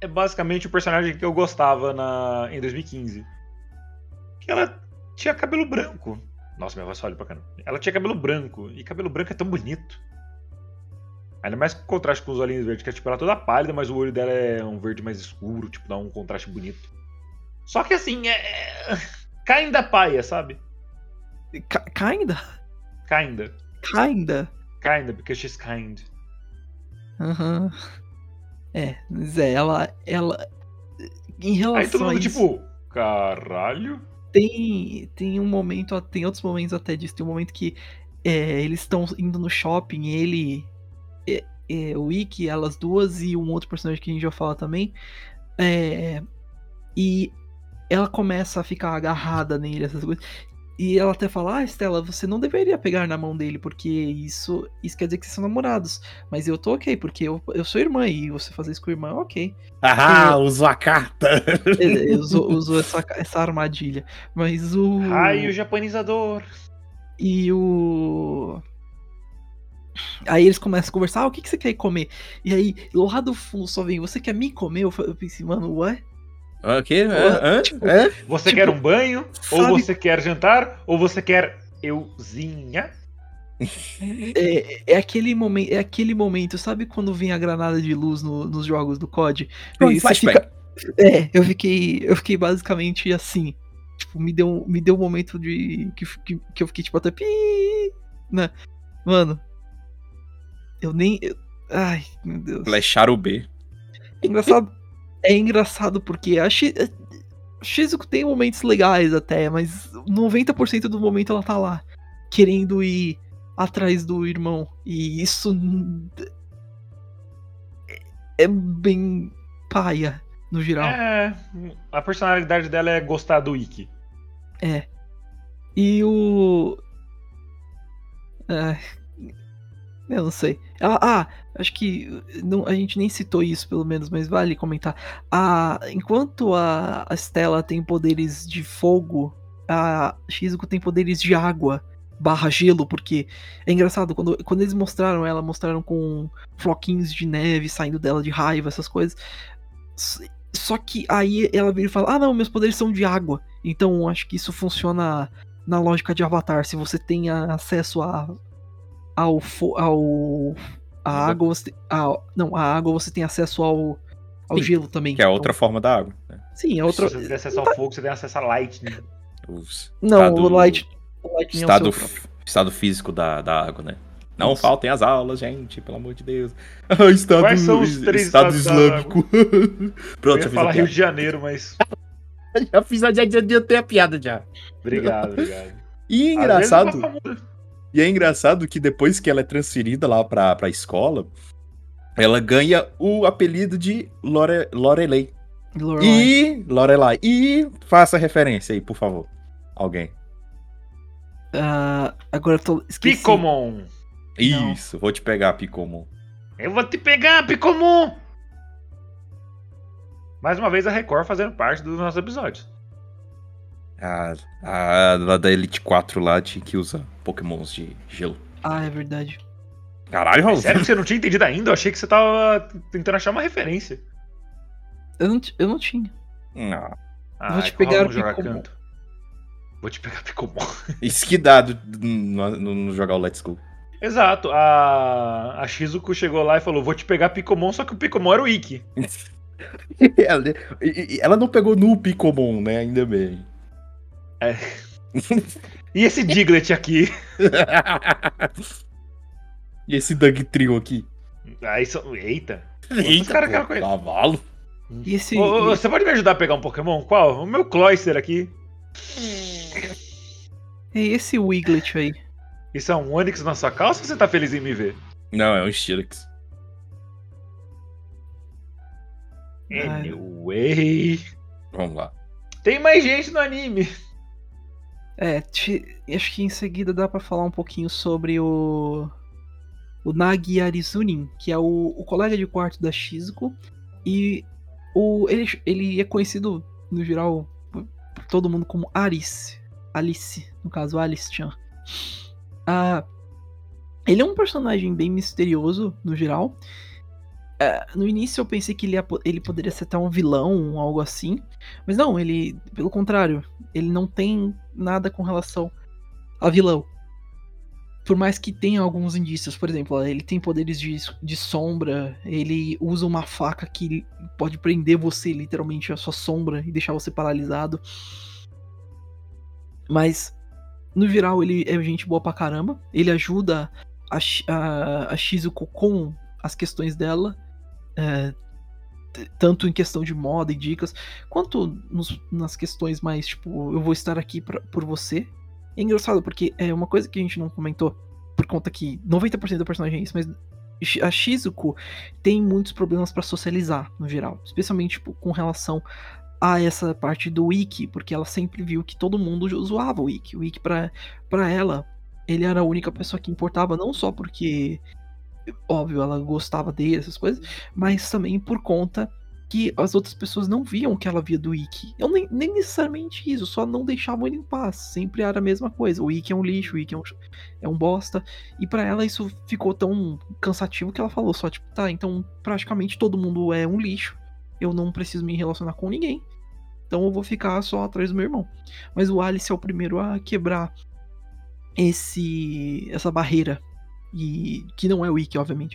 é basicamente o personagem que eu gostava na, em dois mil e quinze. Que ela tinha cabelo branco. Nossa, minha voz falha pra caramba. Ela tinha cabelo branco. E cabelo branco é tão bonito. Ainda mais com contraste com os olhinhos verdes, que é tipo, ela é toda pálida, mas o olho dela é um verde mais escuro, tipo, dá um contraste bonito. Só que assim, é. Kinda paia, sabe? K- kinda? Kinda. Kinda? Kinda, because she's kind. Aham. É, mas é, ela. ela em Aí relação todo a mundo, isso, tipo, caralho. tem, tem um momento, tem outros momentos até disso. Tem um momento que é, eles estão indo no shopping, ele, é, é, o Ikki, elas duas e um outro personagem que a gente já fala também. É, e ela começa a ficar agarrada nele, essas coisas. E ela até fala, ah, Estela, você não deveria pegar na mão dele, porque isso, isso quer dizer que vocês são namorados. Mas eu tô ok, porque eu, eu sou irmã, e você fazer isso com a irmã, ok. Ah, É. usou a carta. Ele usou, usou essa, essa armadilha. Mas o... Raio japonizador. E o... Aí eles começam a conversar, ah, o que, que você quer comer? E aí, lá do fundo só vem, você quer me comer? Eu fa- eu pensei, mano, ué? O quê? Hã? Hã? Tipo, Hã? Você Tipo, quer um banho? Ou sabe- você quer jantar? Ou você quer euzinha? É, é, aquele momento, é aquele momento, sabe quando vem a granada de luz no- nos jogos do C O D? Um E você flashback. fica- É, eu fiquei, eu fiquei basicamente assim. Tipo, me deu, me deu um momento de que, que, que eu fiquei tipo até pi, né? Mano, eu nem, eu- ai, meu Deus. Flashar o B. É engraçado, é engraçado porque a Shi- a Shizuko tem momentos legais até, mas noventa por cento do momento ela tá lá querendo ir atrás do irmão. E isso é bem paia no geral. É, a personalidade dela é gostar do Ikki. É. E o. É, eu não sei. Ah, ah, acho que não, a gente nem citou isso, pelo menos, mas vale comentar. Ah, enquanto a, a Stella tem poderes de fogo, a Shizuko tem poderes de água barra gelo, porque é engraçado, quando, quando eles mostraram ela, mostraram com floquinhos de neve saindo dela de raiva, essas coisas. S- Só que aí ela vira e fala, ah não, meus poderes são de água. Então acho que isso funciona na lógica de Avatar. Se você tem a- acesso a, ao, fo- ao a Água. água, você, a, não, a água você tem acesso ao, ao Sim, gelo também. Que é Então, outra forma da água. né? sim, é outra. Se você tem acesso ao fogo, você tem acesso a lightning. Os Não, estado, o Light, o Lightning estado, é o seu próprio. estado físico da, da água, né? Não Isso. faltem as aulas, gente, pelo amor de Deus. Ah, estado, Quais são os três estado estados da islâmico. Eu Pronto, ia já fiz falar a Rio piada. de Janeiro, mas. Já fiz a, já, já, já tenho a piada já. Obrigado, obrigado. E é Às engraçado, vezes o papo muda. e é engraçado que depois que ela é transferida lá pra, pra escola, ela ganha o apelido de Lore, Lorelei. Lorelai. E Lorelai. E faça referência aí, por favor. Alguém. Ah, agora eu tô. Esqueci. Picomon. Não. Isso, vou te pegar, Picomon. Eu vou te pegar, Picomon! Mais uma vez a Record fazendo parte dos nossos episódios. A, a lá da Elite quatro lá de, que usa Pokémons de gelo. Ah, é verdade. Caralho, Raul. Sério que você não tinha entendido ainda? Eu achei que você tava tentando achar uma referência. Eu não, t- eu não tinha. Não. Ah, Vou te é que o Raul pegar não joga Picomon. canto. Vou te pegar Picomon. Isso que dá do- no, no- no jogar o Let's Go. Exato, a, a Shizuko chegou lá e falou, vou te pegar Picomon, só que o Picomon era o Ikki. ela, e- e- ela não pegou no Picomon, né? Ainda bem. É. E esse Diglett aqui? E esse Doug Trio aqui? Aí são... Eita. Eita, caras pô, querem conhecer. cavalo. E esse. Ô, ô, e- você pode me ajudar a pegar um Pokémon? Qual? O meu Cloyster aqui. e esse Wiglet aí? Isso é um Onix na sua calça ou você tá feliz em me ver? Não, é um Steelix. Ai. Anyway. Vamos lá. Tem mais gente no anime. É, te- acho que em seguida dá pra falar um pouquinho sobre o. O Nagi Arizunin, que é o, o colega de quarto da Shizuko. E o, ele, ele é conhecido, no geral, por por todo mundo como Alice. Alice, no caso, Alice-chan. Ah, ele é um personagem bem misterioso, no geral. É, no início eu pensei que ele, ia, ele poderia ser até um vilão, algo assim. Mas não, ele, pelo contrário, ele não tem nada com relação a vilão. Por mais que tenha alguns indícios, por exemplo, ele tem poderes de, de sombra, ele usa uma faca que pode prender você, literalmente, a sua sombra e deixar você paralisado. Mas, no geral, ele é gente boa pra caramba. Ele ajuda a, a, a Shizuko com as questões dela, é, tanto em questão de moda e dicas, quanto nos, nas questões mais, tipo, eu vou estar aqui pra, por você. É engraçado, porque é uma coisa que a gente não comentou, por conta que noventa por cento do personagem é isso, mas a Shizuko tem muitos problemas pra socializar, no geral. Especialmente, tipo, com relação a essa parte do Ikki, porque ela sempre viu que todo mundo zoava o Ikki. O Ikki, pra, pra ela, ele era a única pessoa que importava, não só porque, óbvio, ela gostava dele, essas coisas, mas também por conta que as outras pessoas não viam o que ela via do Ikki. Eu nem, nem necessariamente isso, só não deixavam ele em paz. Sempre era a mesma coisa. O Ikki é um lixo, o Ikki é um, é um bosta. E pra ela isso ficou tão cansativo que ela falou só, tipo, tá, então praticamente todo mundo é um lixo. Eu não preciso me relacionar com ninguém. Então eu vou ficar só atrás do meu irmão. Mas o Alice é o primeiro a quebrar esse essa barreira. E que não é o Ikki, obviamente.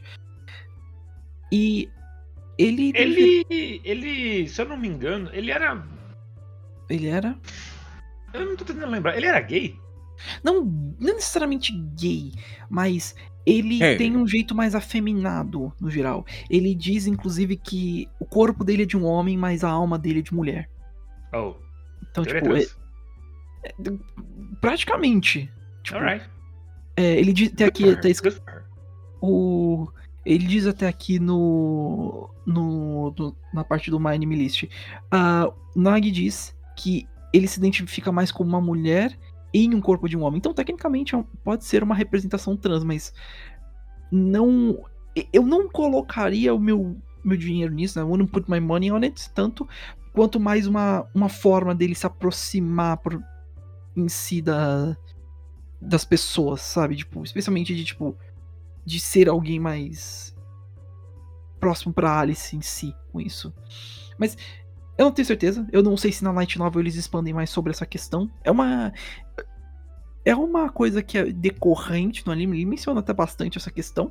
E ele... Ele, ele, se eu não me engano, ele era... Ele era... Eu não tô tentando lembrar. Ele era gay? Não, não necessariamente gay, mas ele É. tem um jeito mais afeminado, no geral. Ele diz, inclusive, que o corpo dele é de um homem, mas a alma dele é de mulher. Oh. Então, Ele é tipo, trans. é, é, praticamente. Tipo, Alright. é, ele diz até aqui, tá escrito, Good for her. o, ele diz até aqui no, no, no- na parte do My Anime List. A Nagi diz que ele se identifica mais como uma mulher em um corpo de um homem. Então, tecnicamente, é um- pode ser uma representação trans, mas não. Eu não colocaria o meu, meu dinheiro nisso, né? I wouldn't put my money on it, tanto quanto mais uma, uma forma dele se aproximar por, em si da, das pessoas, sabe? Tipo, especialmente de, tipo, de ser alguém mais próximo pra Alice em si, com isso. Mas eu não tenho certeza. Eu não sei se na Light Novel eles expandem mais sobre essa questão. É uma... É uma coisa que é decorrente no anime. Ele menciona até bastante essa questão.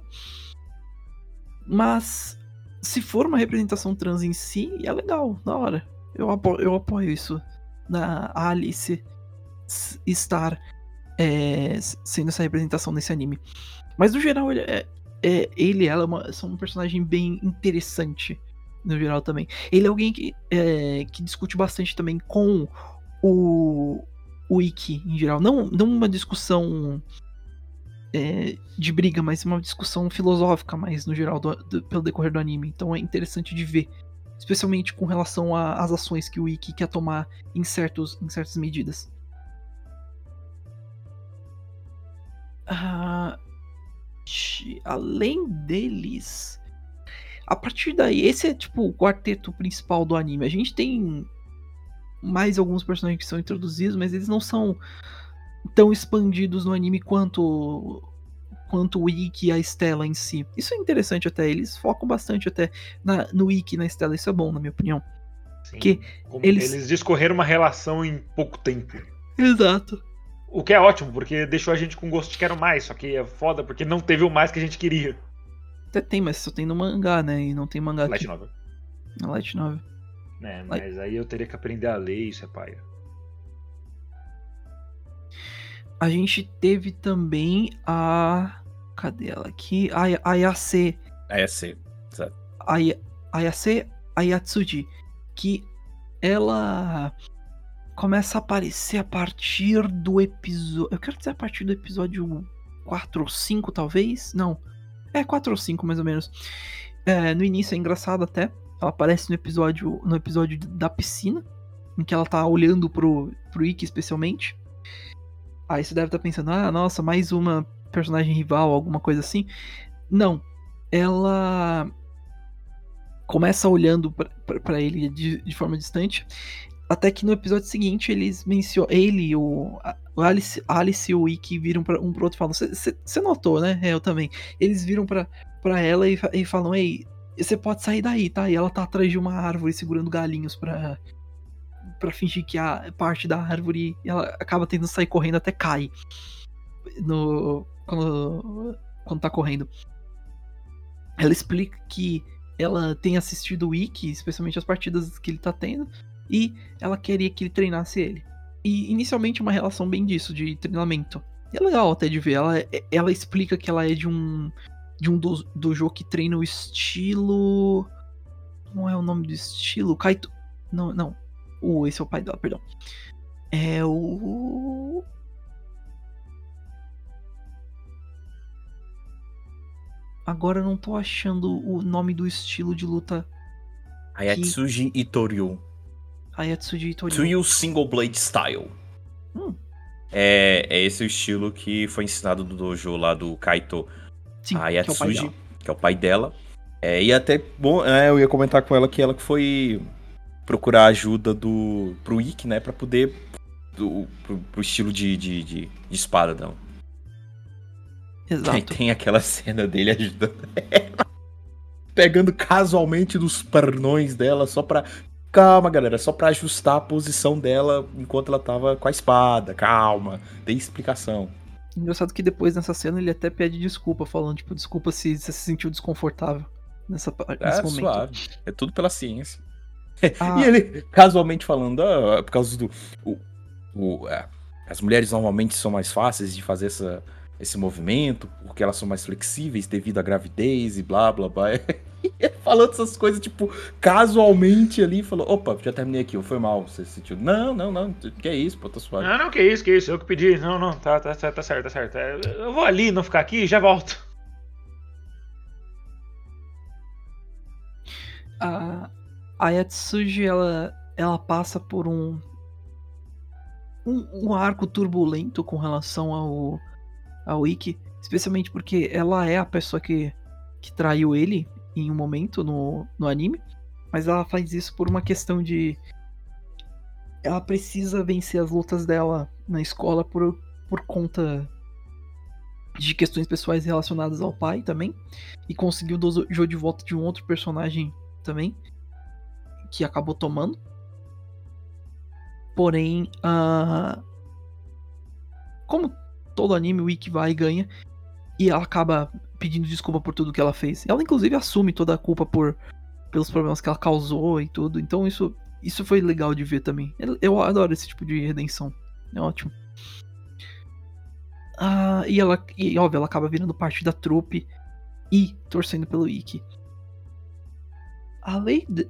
Mas se for uma representação trans em si, é legal, da hora. Eu apoio, eu apoio isso. Na Alice s- estar é, sendo essa representação nesse anime. Mas no geral, ele, é, é- ele e ela é uma- são um personagem bem interessante. No geral também. Ele é alguém que, é, que discute bastante também com o, o Ikki em geral. Não, não uma discussão é, de briga, mas uma discussão filosófica mais no geral do- do- pelo decorrer do anime. Então é interessante de ver. Especialmente com relação a- às ações que o Ikki quer tomar em, certos, em certas medidas. Ah, Ixi, além deles, a partir daí, esse é tipo o quarteto principal do anime. A gente tem mais alguns personagens que são introduzidos, mas eles não são tão expandidos no anime quanto quanto o Ikki e a Stella em si. Isso é interessante até, eles focam bastante até na, no Ikki e na Stella, isso é bom na minha opinião. Sim. Que Como eles- eles... discorreram uma relação em pouco tempo. Exato. O que é ótimo, porque deixou a gente com gosto de quero mais. Só que é foda, porque não teve o mais que a gente queria. Até tem, mas só tem no mangá, né? E não tem mangá Light aqui Novel. na Light Novel. É, mas aí eu teria que aprender a ler, isso é paia. A gente teve também a... Cadê ela aqui? A, a Ayase... É, sim. Exato. Aya- Ayase Ayatsuji, que ela começa a aparecer a partir do episódio... Eu quero dizer a partir do episódio quatro ou cinco, talvez? Não. É, quatro ou cinco, mais ou menos. É, no início é engraçado até. Ela aparece no episódio, no episódio da piscina, em que ela tá olhando pro, pro Ikki, especialmente. Aí você deve estar pensando, ah, nossa, mais uma personagem rival, alguma coisa assim. Não. Ela começa olhando pra, pra, pra ele de, de forma distante. Até que no episódio seguinte eles mencionam. Ele, o, a- o Alice, Alice e o Ikki viram pra, um pro outro e falam. Você notou, né? É, eu também. Eles viram pra, pra ela e, fa- e falam: Ei, você pode sair daí, tá? E ela tá atrás de uma árvore segurando galinhos pra, pra fingir que é parte da árvore. E ela acaba tentando sair correndo, até cai no, quando, quando tá correndo. Ela explica que ela tem assistido o Ikki, especialmente as partidas que ele tá tendo, e ela queria que ele treinasse ele. E inicialmente uma relação bem disso, de treinamento. E é legal até de ver. Ela, ela explica que ela é de um de um do, dojo que treina o estilo... Não é o nome do estilo? Kaito... Não, não. Uh, esse é o pai dela, perdão. É o... Agora eu não tô achando o nome do estilo de luta. Ayatsuji Itoryu. Ayatsuji Itoryu. Tsuyu Single Blade Style. Hum. É, é esse o estilo que foi ensinado do dojo lá do Kaito. Sim, a que é o pai Ayatsuji, dela. que é o pai dela. É, e até, bom, é, eu ia comentar com ela que ela que foi procurar ajuda do, pro Ikki, né, pra poder, do, pro, pro estilo de, de, de, de espada dela. Exato. Aí tem aquela cena dele ajudando ela, pegando casualmente dos pernões dela só pra... Calma, galera, só pra ajustar a posição dela enquanto ela tava com a espada. Calma, tem explicação. Engraçado que depois nessa cena ele até pede desculpa, falando, tipo, desculpa se você se sentiu desconfortável nessa, nesse É momento. suave, é tudo pela ciência. Ah, E ele, casualmente falando, ah, por causa do... O, o, é, as mulheres normalmente são mais fáceis de fazer essa, esse movimento, porque elas são mais flexíveis devido à gravidez e blá, blá, blá. E ele falando essas coisas, tipo, casualmente ali, falou, opa, já terminei aqui, foi mal, você se sentiu... Não, não, não, que é isso, pô, tá suave. Não, não, que isso, que isso, eu que pedi. Não, não, tá, tá, tá, tá certo, tá certo. É, eu vou ali, não ficar aqui e já volto. a, a Yatsuji, ela, ela passa por um, um um arco turbulento com relação ao ao Ikki, especialmente porque ela é a pessoa que, que traiu ele em um momento no, no anime, mas ela faz isso por uma questão de... Ela precisa vencer as lutas dela na escola por, por conta de questões pessoais relacionadas ao pai também, e conseguiu o dojo de volta de um outro personagem também, que acabou tomando. Porém, uh, como todo anime, o Ikki vai e ganha, e ela acaba pedindo desculpa por tudo que ela fez. Ela inclusive assume toda a culpa por, pelos problemas que ela causou e tudo, então isso, isso foi legal de ver também. Eu, eu adoro esse tipo de redenção, é ótimo. Ah, e ela, e óbvio, ela acaba virando parte da trupe e torcendo pelo Ikki. Além de...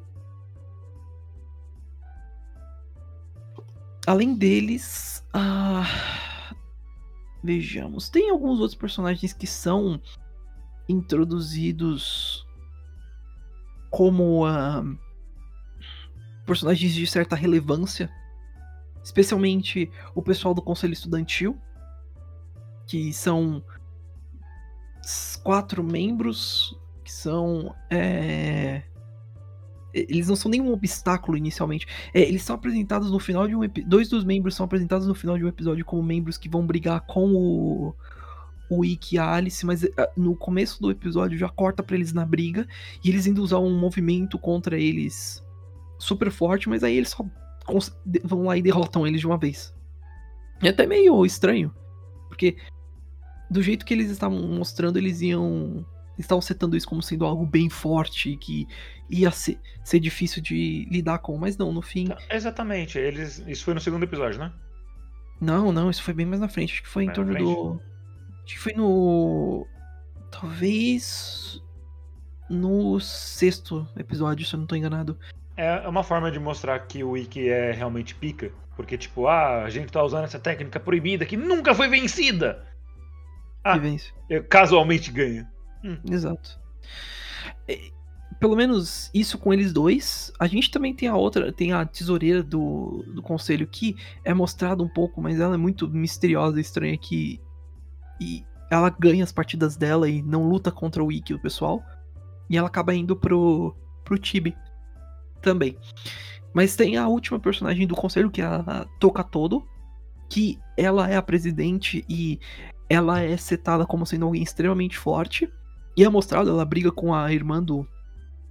Além deles, ah, vejamos, tem alguns outros personagens que são introduzidos como ah, personagens de certa relevância, especialmente o pessoal do Conselho Estudantil, que são quatro membros que são... É... Eles não são nenhum obstáculo inicialmente. É, eles são apresentados no final de um episódio. Dois dos membros são apresentados no final de um episódio como membros que vão brigar com o, o Ikki e a Alice, mas uh, no começo do episódio já corta pra eles na briga e eles ainda usam um movimento contra eles super forte, mas aí eles só cons- vão lá e derrotam eles de uma vez. É até meio estranho, porque do jeito que eles estavam mostrando, eles iam... estavam setando isso como sendo algo bem forte e que ia ser, ser difícil de lidar com, mas não, no fim... Tá, exatamente, eles, isso foi no segundo episódio, né? Não, não, isso foi bem mais na frente, acho que foi em Mais na torno do... Acho que foi no... Talvez... No sexto episódio, se eu não tô enganado. É uma forma de mostrar que o Ikki é realmente pica, porque tipo, ah, a gente tá usando essa técnica proibida que nunca foi vencida! Ah, Vivência. casualmente ganha. Hum. Exato. É, pelo menos isso com eles dois. A gente também tem a outra, tem a tesoureira do, do conselho, que é mostrada um pouco, mas ela é muito misteriosa e estranha, que e ela ganha as partidas dela e não luta contra o Ikki, o pessoal. E ela acaba indo pro, pro Chibi também. Mas tem a última personagem do conselho, que é a Tokatodo, que ela é a presidente e ela é setada como sendo alguém extremamente forte. E é mostrado, ela briga com a irmã do,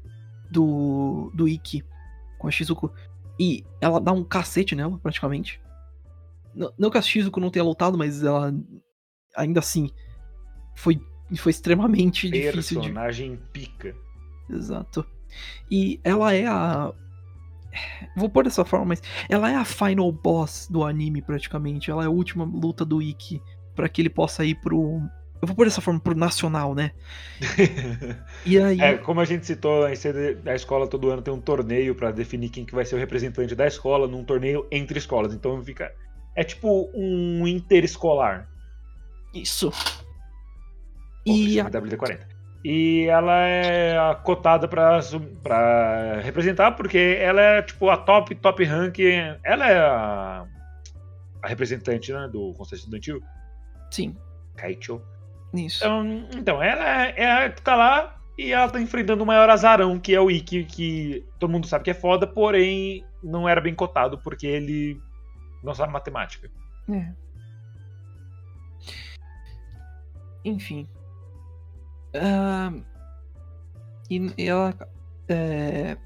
do, do Ikki com a Shizuko. E ela dá um cacete nela, praticamente. Não, não que a Shizuko não tenha lutado, mas ela ainda assim foi, foi extremamente difícil de... Personagem pica. Exato. E ela é a... Vou pôr dessa forma, mas ela é a final boss do anime, praticamente. Ela é a última luta do Ikki pra que ele possa ir pro... Eu vou pôr dessa forma, pro nacional, né? E aí... É, como a gente citou, a escola todo ano tem um torneio pra definir quem que vai ser o representante da escola num torneio entre escolas. Então fica... É tipo um interescolar. Isso. E a... W D quarenta. E ela é a cotada pra, pra representar, porque ela é tipo a top, top rank. Ela é a, a representante, né, do Conselho Estudantil. Sim. Kaicho. Isso. Então, então, ela é a que tá lá e ela tá enfrentando o maior azarão, que é o Ikki, que todo mundo sabe que é foda, porém não era bem cotado, porque ele não sabe matemática. É. Enfim. Uh, e, e ela... É...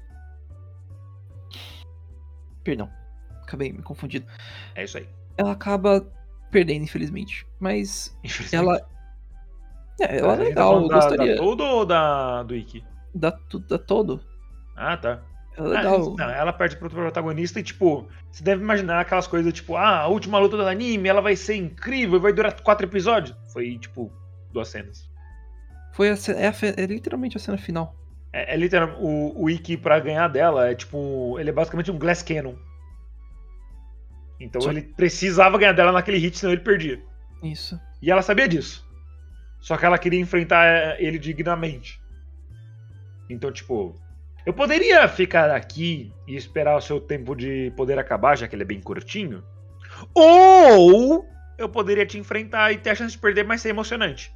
Perdão. Acabei me confundindo. É isso aí. Ela acaba perdendo, infelizmente. Mas infelizmente. ela... É, ela é legal, tá eu gostaria... Da todo ou da, do Ikki? Da, da todo. Ah, tá. Ela é legal. Ah, não, ela perde pro protagonista e, tipo, você deve imaginar aquelas coisas, tipo, ah, a última luta do anime, ela vai ser incrível, vai durar quatro episódios. Foi, tipo, duas cenas. Foi a, é, a, é literalmente a cena final. É, é literalmente, o, o Ikki pra ganhar dela é, tipo, ele é basicamente um Glass Cannon. Então Só... ele precisava ganhar dela naquele hit, senão ele perdia. Isso. E ela sabia disso. Só que ela queria enfrentar ele dignamente. Então, tipo... Eu poderia ficar aqui e esperar o seu tempo de poder acabar, já que ele é bem curtinho. Ou eu poderia te enfrentar e ter a chance de perder, mas ser emocionante.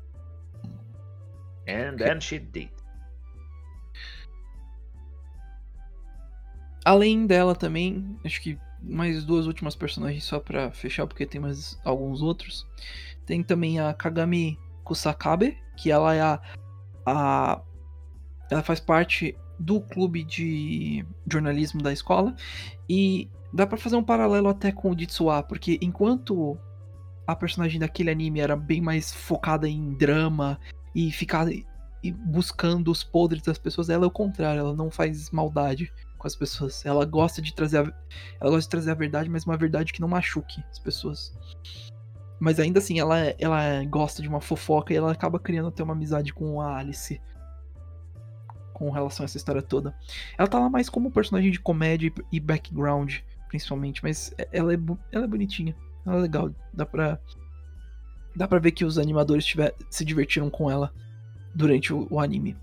And then she did. Além dela também, acho que mais duas últimas personagens só pra fechar, porque tem mais alguns outros. Tem também a Kagami Kusakabe, que ela é a... a ela faz parte do clube de jornalismo da escola. E dá pra fazer um paralelo até com o Jitsuwa, porque enquanto a personagem daquele anime era bem mais focada em drama e ficar e buscando os podres das pessoas, ela é o contrário, ela não faz maldade com as pessoas. Ela gosta de trazer a, ela gosta de trazer a verdade, mas uma verdade que não machuque as pessoas. Mas ainda assim, ela, ela gosta de uma fofoca e ela acaba criando até uma amizade com a Alice com relação a essa história toda. Ela tá lá mais como personagem de comédia e background, principalmente, mas ela é, ela é bonitinha, ela é legal, dá pra, dá pra ver que os animadores tiver, se divertiram com ela durante o, o anime.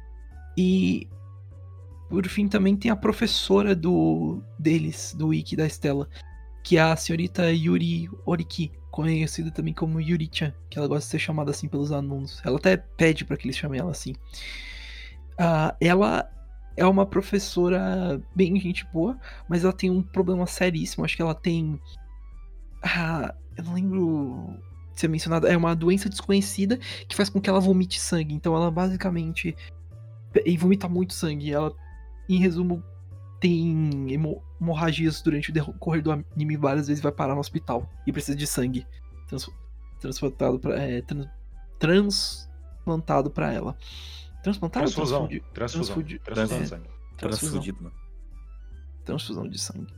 E por fim também tem a professora do deles, do Ikki, da Estela, que é a senhorita Yuri Oriki, conhecida também como Yuri-chan, que ela gosta de ser chamada assim pelos alunos. Ela até pede pra que eles chamem ela assim. Uh, ela é uma professora bem gente boa, mas ela tem um problema seríssimo. Acho que ela tem... Uh, eu não lembro de ser mencionado. É uma doença desconhecida que faz com que ela vomite sangue. Então ela basicamente... E vomita muito sangue. Ela, em resumo, tem hemo... hemorragias durante o decorrer do anime. Várias vezes vai parar no hospital e precisa de sangue trans... transplantado pra... É, trans... transplantado pra ela. Transplantado transfusão. ou transfusão? Transfusão. Transfudi... Transfusão é. de sangue. Transfudido, mano. Transfusão de sangue.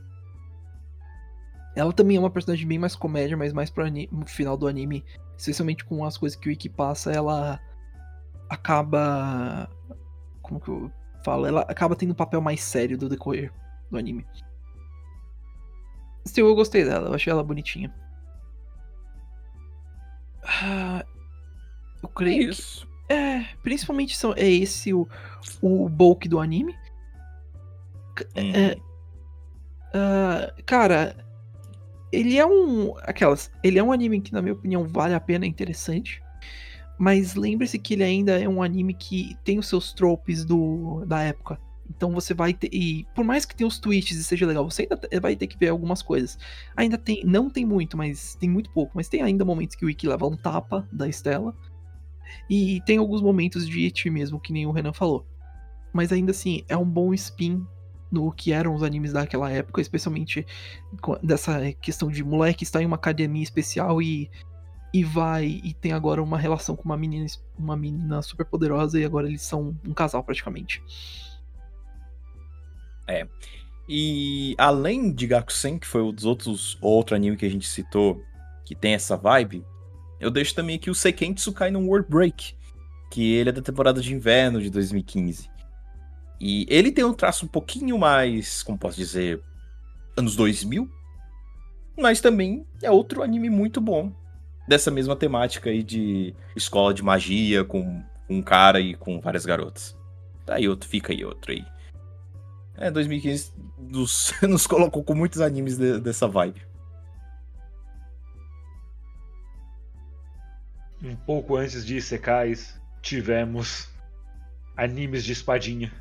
Ela também é uma personagem bem mais comédia, mas mais pro anime, no final do anime, especialmente com as coisas que o Ikki passa, ela acaba... Como que eu falo? Ela acaba tendo um papel mais sério do decorrer do anime. Sim, eu gostei dela, eu achei ela bonitinha. Ah, eu creio é isso. que... É, principalmente são, é esse o, o bulk do anime. Hum. É, uh, cara, ele é um... Aquelas, ele é um anime que, na minha opinião, vale a pena, é interessante. Mas lembre-se que ele ainda é um anime que tem os seus tropes do, da época. Então você vai ter... E por mais que tenha os twists e seja legal, você ainda vai ter que ver algumas coisas. Ainda tem... Não tem muito, mas tem muito pouco. Mas tem ainda momentos que o Ikki leva um tapa da Estela. E tem alguns momentos de ecchi mesmo, que nem o Renan falou. mas ainda assim é um bom spin no que eram os animes daquela época, especialmente com- dessa questão de moleque estar em uma academia especial e, e vai e tem agora uma relação com uma menina, es- uma menina super poderosa e agora eles são um casal praticamente. E além de Gakusen, que foi um dos outros outro anime que a gente citou, que tem essa vibe, eu deixo também aqui o Seiken Tsukai no World Break, que ele é da temporada de inverno de dois mil e quinze. E ele tem um traço um pouquinho mais, como posso dizer, anos dois mil, mas também é outro anime muito bom, dessa mesma temática aí de escola de magia com um cara e com várias garotas. Tá aí outro, fica aí outro aí. É, dois mil e quinze nos, nos colocou com muitos animes de- dessa vibe. Um pouco antes de Isekais, tivemos animes de espadinha.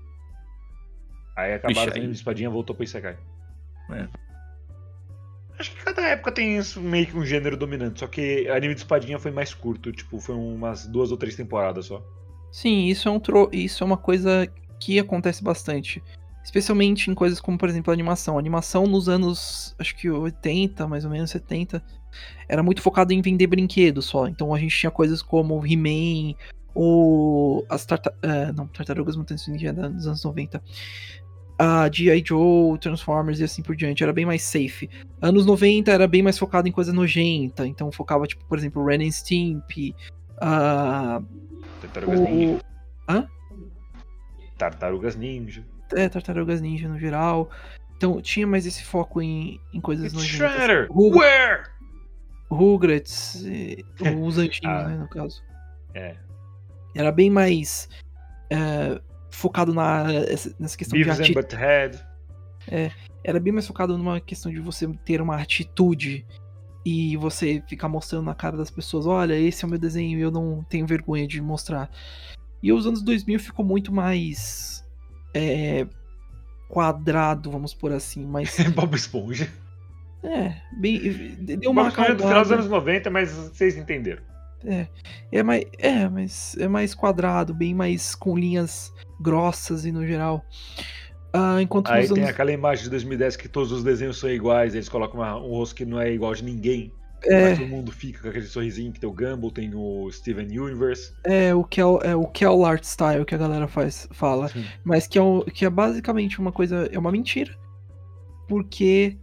Aí acabaram Vixe, os aí. animes de espadinha, voltou pro Isekai. É. Acho que cada época tem isso, meio que um gênero dominante, só que anime de espadinha foi mais curto, tipo, foi umas duas ou três temporadas só. Sim, isso é, um tro... isso é uma coisa que acontece bastante. Especialmente em coisas como, por exemplo, a animação. A animação nos anos, acho que oitenta, mais ou menos, setenta, era muito focado em vender brinquedos só. Então a gente tinha coisas como He-Man, ou as tarta... é, não, Tartarugas Mutantes Ninja dos anos noventa. A G I. Joe, Transformers e assim por diante. Era bem mais safe. Anos noventa era bem mais focado em coisa nojenta. Então focava, tipo, por exemplo, Ren and Stimpy, a... Tartarugas Ninja. o... Hã? Tartarugas Ninja. É, Tartarugas Ninja no geral. Então tinha mais esse foco em, em coisas It's nojentas. Shredder! Rug- Where? Rugrats, eh, os anjinhos, Ah. né, no caso. É. Era bem mais é, focado na, essa- nessa questão Beavis de and ati... Butthead. Era bem mais focado numa questão de você ter uma atitude e você ficar mostrando na cara das pessoas, olha, esse é o meu desenho e eu não tenho vergonha de mostrar. E os anos dois mil ficou muito mais é, quadrado, vamos por assim, mas Bob Esponja. é, bem, deu Bob uma Esponja é do final dos acalmada. anos noventa, mas vocês entenderam. É, é mais, é, mas é mais quadrado, bem mais com linhas grossas e no geral. Ah, enquanto Aí nos tem anos. aquela imagem de dois mil e dez que todos os desenhos são iguais, eles colocam uma- um rosto que não é igual de ninguém. É, Mas todo mundo fica com aquele sorrisinho que tem o Gumball, tem o Steven Universe. é o que é o, é o que é o art style que a galera faz, fala. Sim. Mas que é, o, que é basicamente uma coisa. É uma mentira. Porque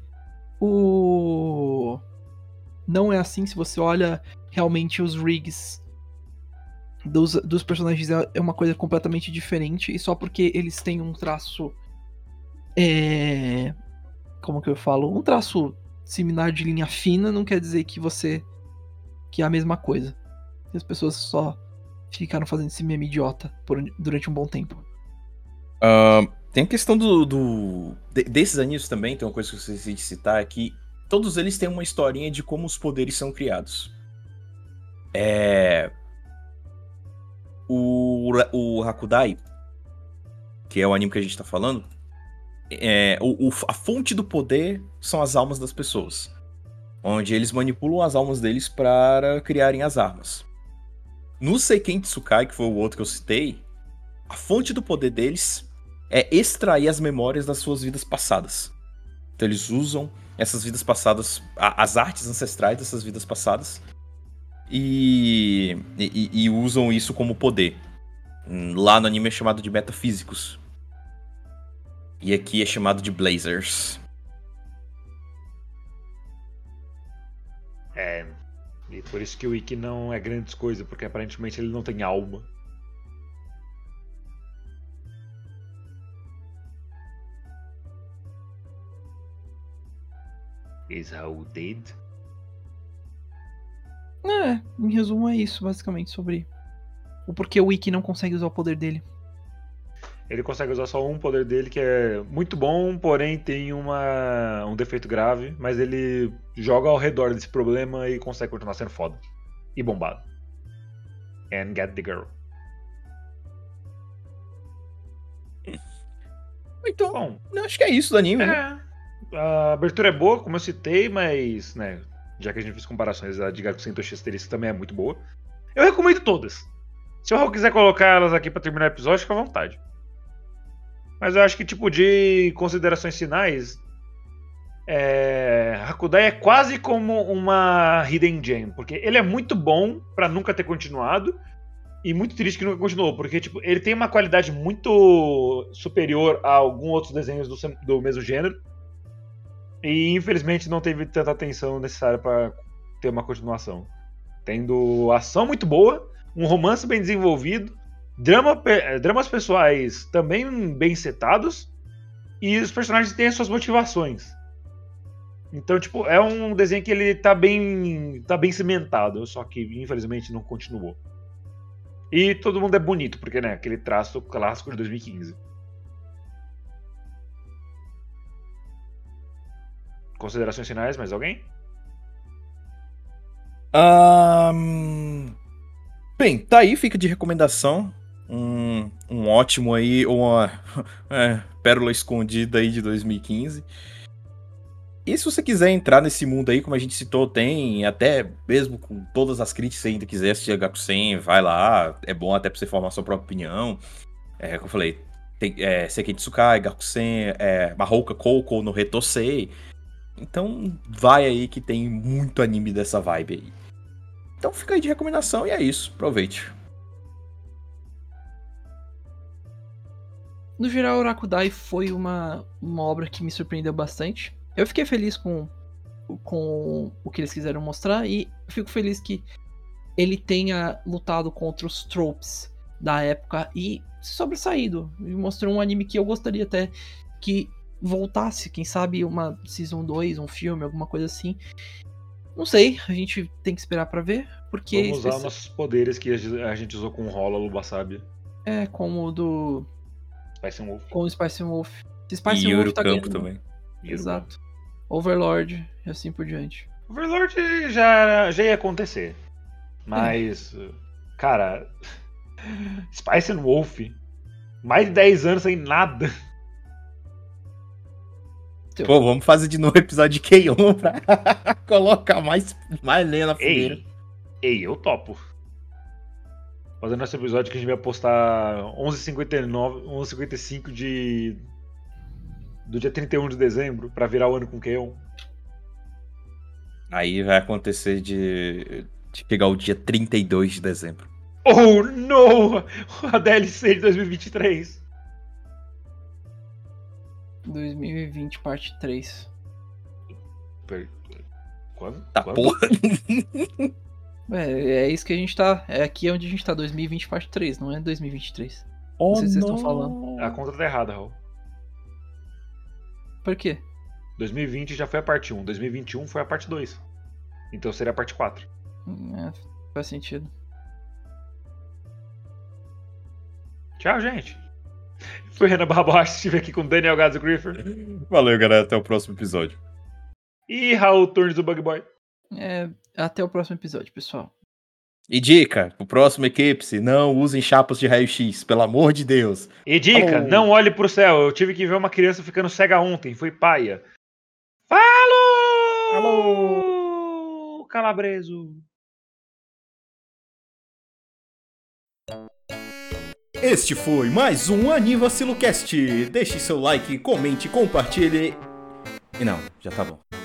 o. Não é assim se você olha realmente os rigs dos, dos personagens. É é uma coisa completamente diferente. E só porque eles têm um traço. É. Como que eu falo? Um traço similar de linha fina não quer dizer que você. Que é a mesma coisa. E as pessoas só ficaram fazendo esse meme idiota por, durante um bom tempo. Ahn, tem a questão do, do- de- desses animes também, tem uma coisa que eu esqueci de citar, é que todos eles têm uma historinha de como os poderes são criados. É... O, o Hakudai, que é o anime que a gente tá falando, é, o, o- a fonte do poder são as almas das pessoas. Onde eles manipulam as almas deles para criarem as armas. No Seiken Tsukai, que foi o outro que eu citei, a fonte do poder deles é extrair as memórias das suas vidas passadas. Então eles usam essas vidas passadas, a- as artes ancestrais dessas vidas passadas, e, e, e usam isso como poder. Hum, Lá no anime é chamado de metafísicos. E aqui é chamado de blazers. É. E por isso que o Ikki não é grandes coisas, porque aparentemente ele não tem alma. Is how dead? É, em resumo é isso, basicamente, sobre o porquê o Ikki não consegue usar o poder dele. Ele consegue usar só um poder dele, que é muito bom, porém tem uma, um defeito grave, mas ele joga ao redor desse problema e consegue continuar sendo foda. E bombado. And get the girl. Então, Bom, eu acho que é isso do anime, né? é, a abertura é boa, como eu citei, mas, né, já que a gente fez comparações, a de Gakusen Toshi Asterisco também é muito boa. Eu recomendo todas. Se o Raul quiser colocar elas aqui pra terminar o episódio, fica à vontade. Mas eu acho que, tipo, de considerações finais, é... Hakudai é quase como uma Hidden Gem, porque ele é muito bom pra nunca ter continuado e muito triste que nunca continuou, porque, tipo, ele tem uma qualidade muito superior a alguns outros desenhos do, do mesmo gênero e, infelizmente, não teve tanta atenção necessária pra ter uma continuação. Tendo ação muito boa, um romance bem desenvolvido, drama, dramas pessoais também bem setados, e os personagens têm as suas motivações. Então, tipo, é um desenho que ele tá bem, tá bem cimentado, só que, infelizmente, não continuou. E todo mundo é bonito, porque, né, aquele traço clássico de dois mil e quinze. Considerações finais, mais alguém? Um... Bem, tá aí, fica de recomendação. Um, um ótimo aí, uma é, pérola escondida aí de dois mil e quinze. E se você quiser entrar nesse mundo aí, como a gente citou, tem até mesmo com todas as críticas, se ainda quiser assistir a Gakusen, vai lá, é bom até pra você formar a sua própria opinião. É, como eu falei, tem é, Seiken Tsukai, Gakusen, é, Mahouka Koukou no Retosei. Então vai aí que tem muito anime dessa vibe aí. Então fica aí de recomendação e é isso, aproveite. No geral, Rakudai foi uma, uma obra que me surpreendeu bastante. Eu fiquei feliz com, com o que eles quiseram mostrar e fico feliz que ele tenha lutado contra os tropes da época e se sobressaído. E mostrou um anime que eu gostaria até que voltasse, quem sabe uma Season dois, um filme, alguma coisa assim. Não sei, a gente tem que esperar pra ver, porque... Vamos usar especi... nossos poderes que a gente usou com o Rola Lubasabi. É, como o do... Spice Wolf. Com o Spice Wolf. Spice e Wolf tá Campo ganhando. Também. Exato. Overlord e assim por diante. Overlord já, já ia acontecer. Mas, é. cara... Spice Wolf, mais de dez anos sem nada. Pô, vamos fazer de novo o episódio de K um pra colocar mais, mais lenha na fogueira. Ei, ei, eu topo. Fazendo esse episódio que a gente vai postar onze e cinquenta e nove, onze e cinquenta e cinco de... do dia trinta e um de dezembro, pra virar o ano com K um. Aí vai acontecer de, de pegar o dia trinta e dois de dezembro. Oh, não! A D L C de dois mil e vinte e três. dois mil e vinte, parte três. Quando? Tá, Quando? porra. É, é isso que a gente tá. É aqui onde a gente tá, dois mil e vinte, parte três, não é dois mil e vinte e três. Oh, não sei se vocês não. estão falando. A conta tá errada, Raul. Por quê? dois mil e vinte já foi a parte um, dois mil e vinte e um foi a parte dois. Então seria a parte quatro. É, faz sentido. Tchau, gente. Foi Renan Barbosa, estive aqui com Daniel Gadzo Griffer. Valeu, galera. Até o próximo episódio. E Raul Turnes do Bug Boy. É, até o próximo episódio, pessoal. E dica, pro próximo Eclipse, não usem chapas de raio-x, pelo amor de Deus. E dica, Falou. não olhe pro céu. Eu tive que ver uma criança ficando cega ontem, foi paia. Falou! Falou! Calabreso. Este foi mais um AniVaciloCast. Deixe seu like, comente, compartilhe. E não, já tá bom.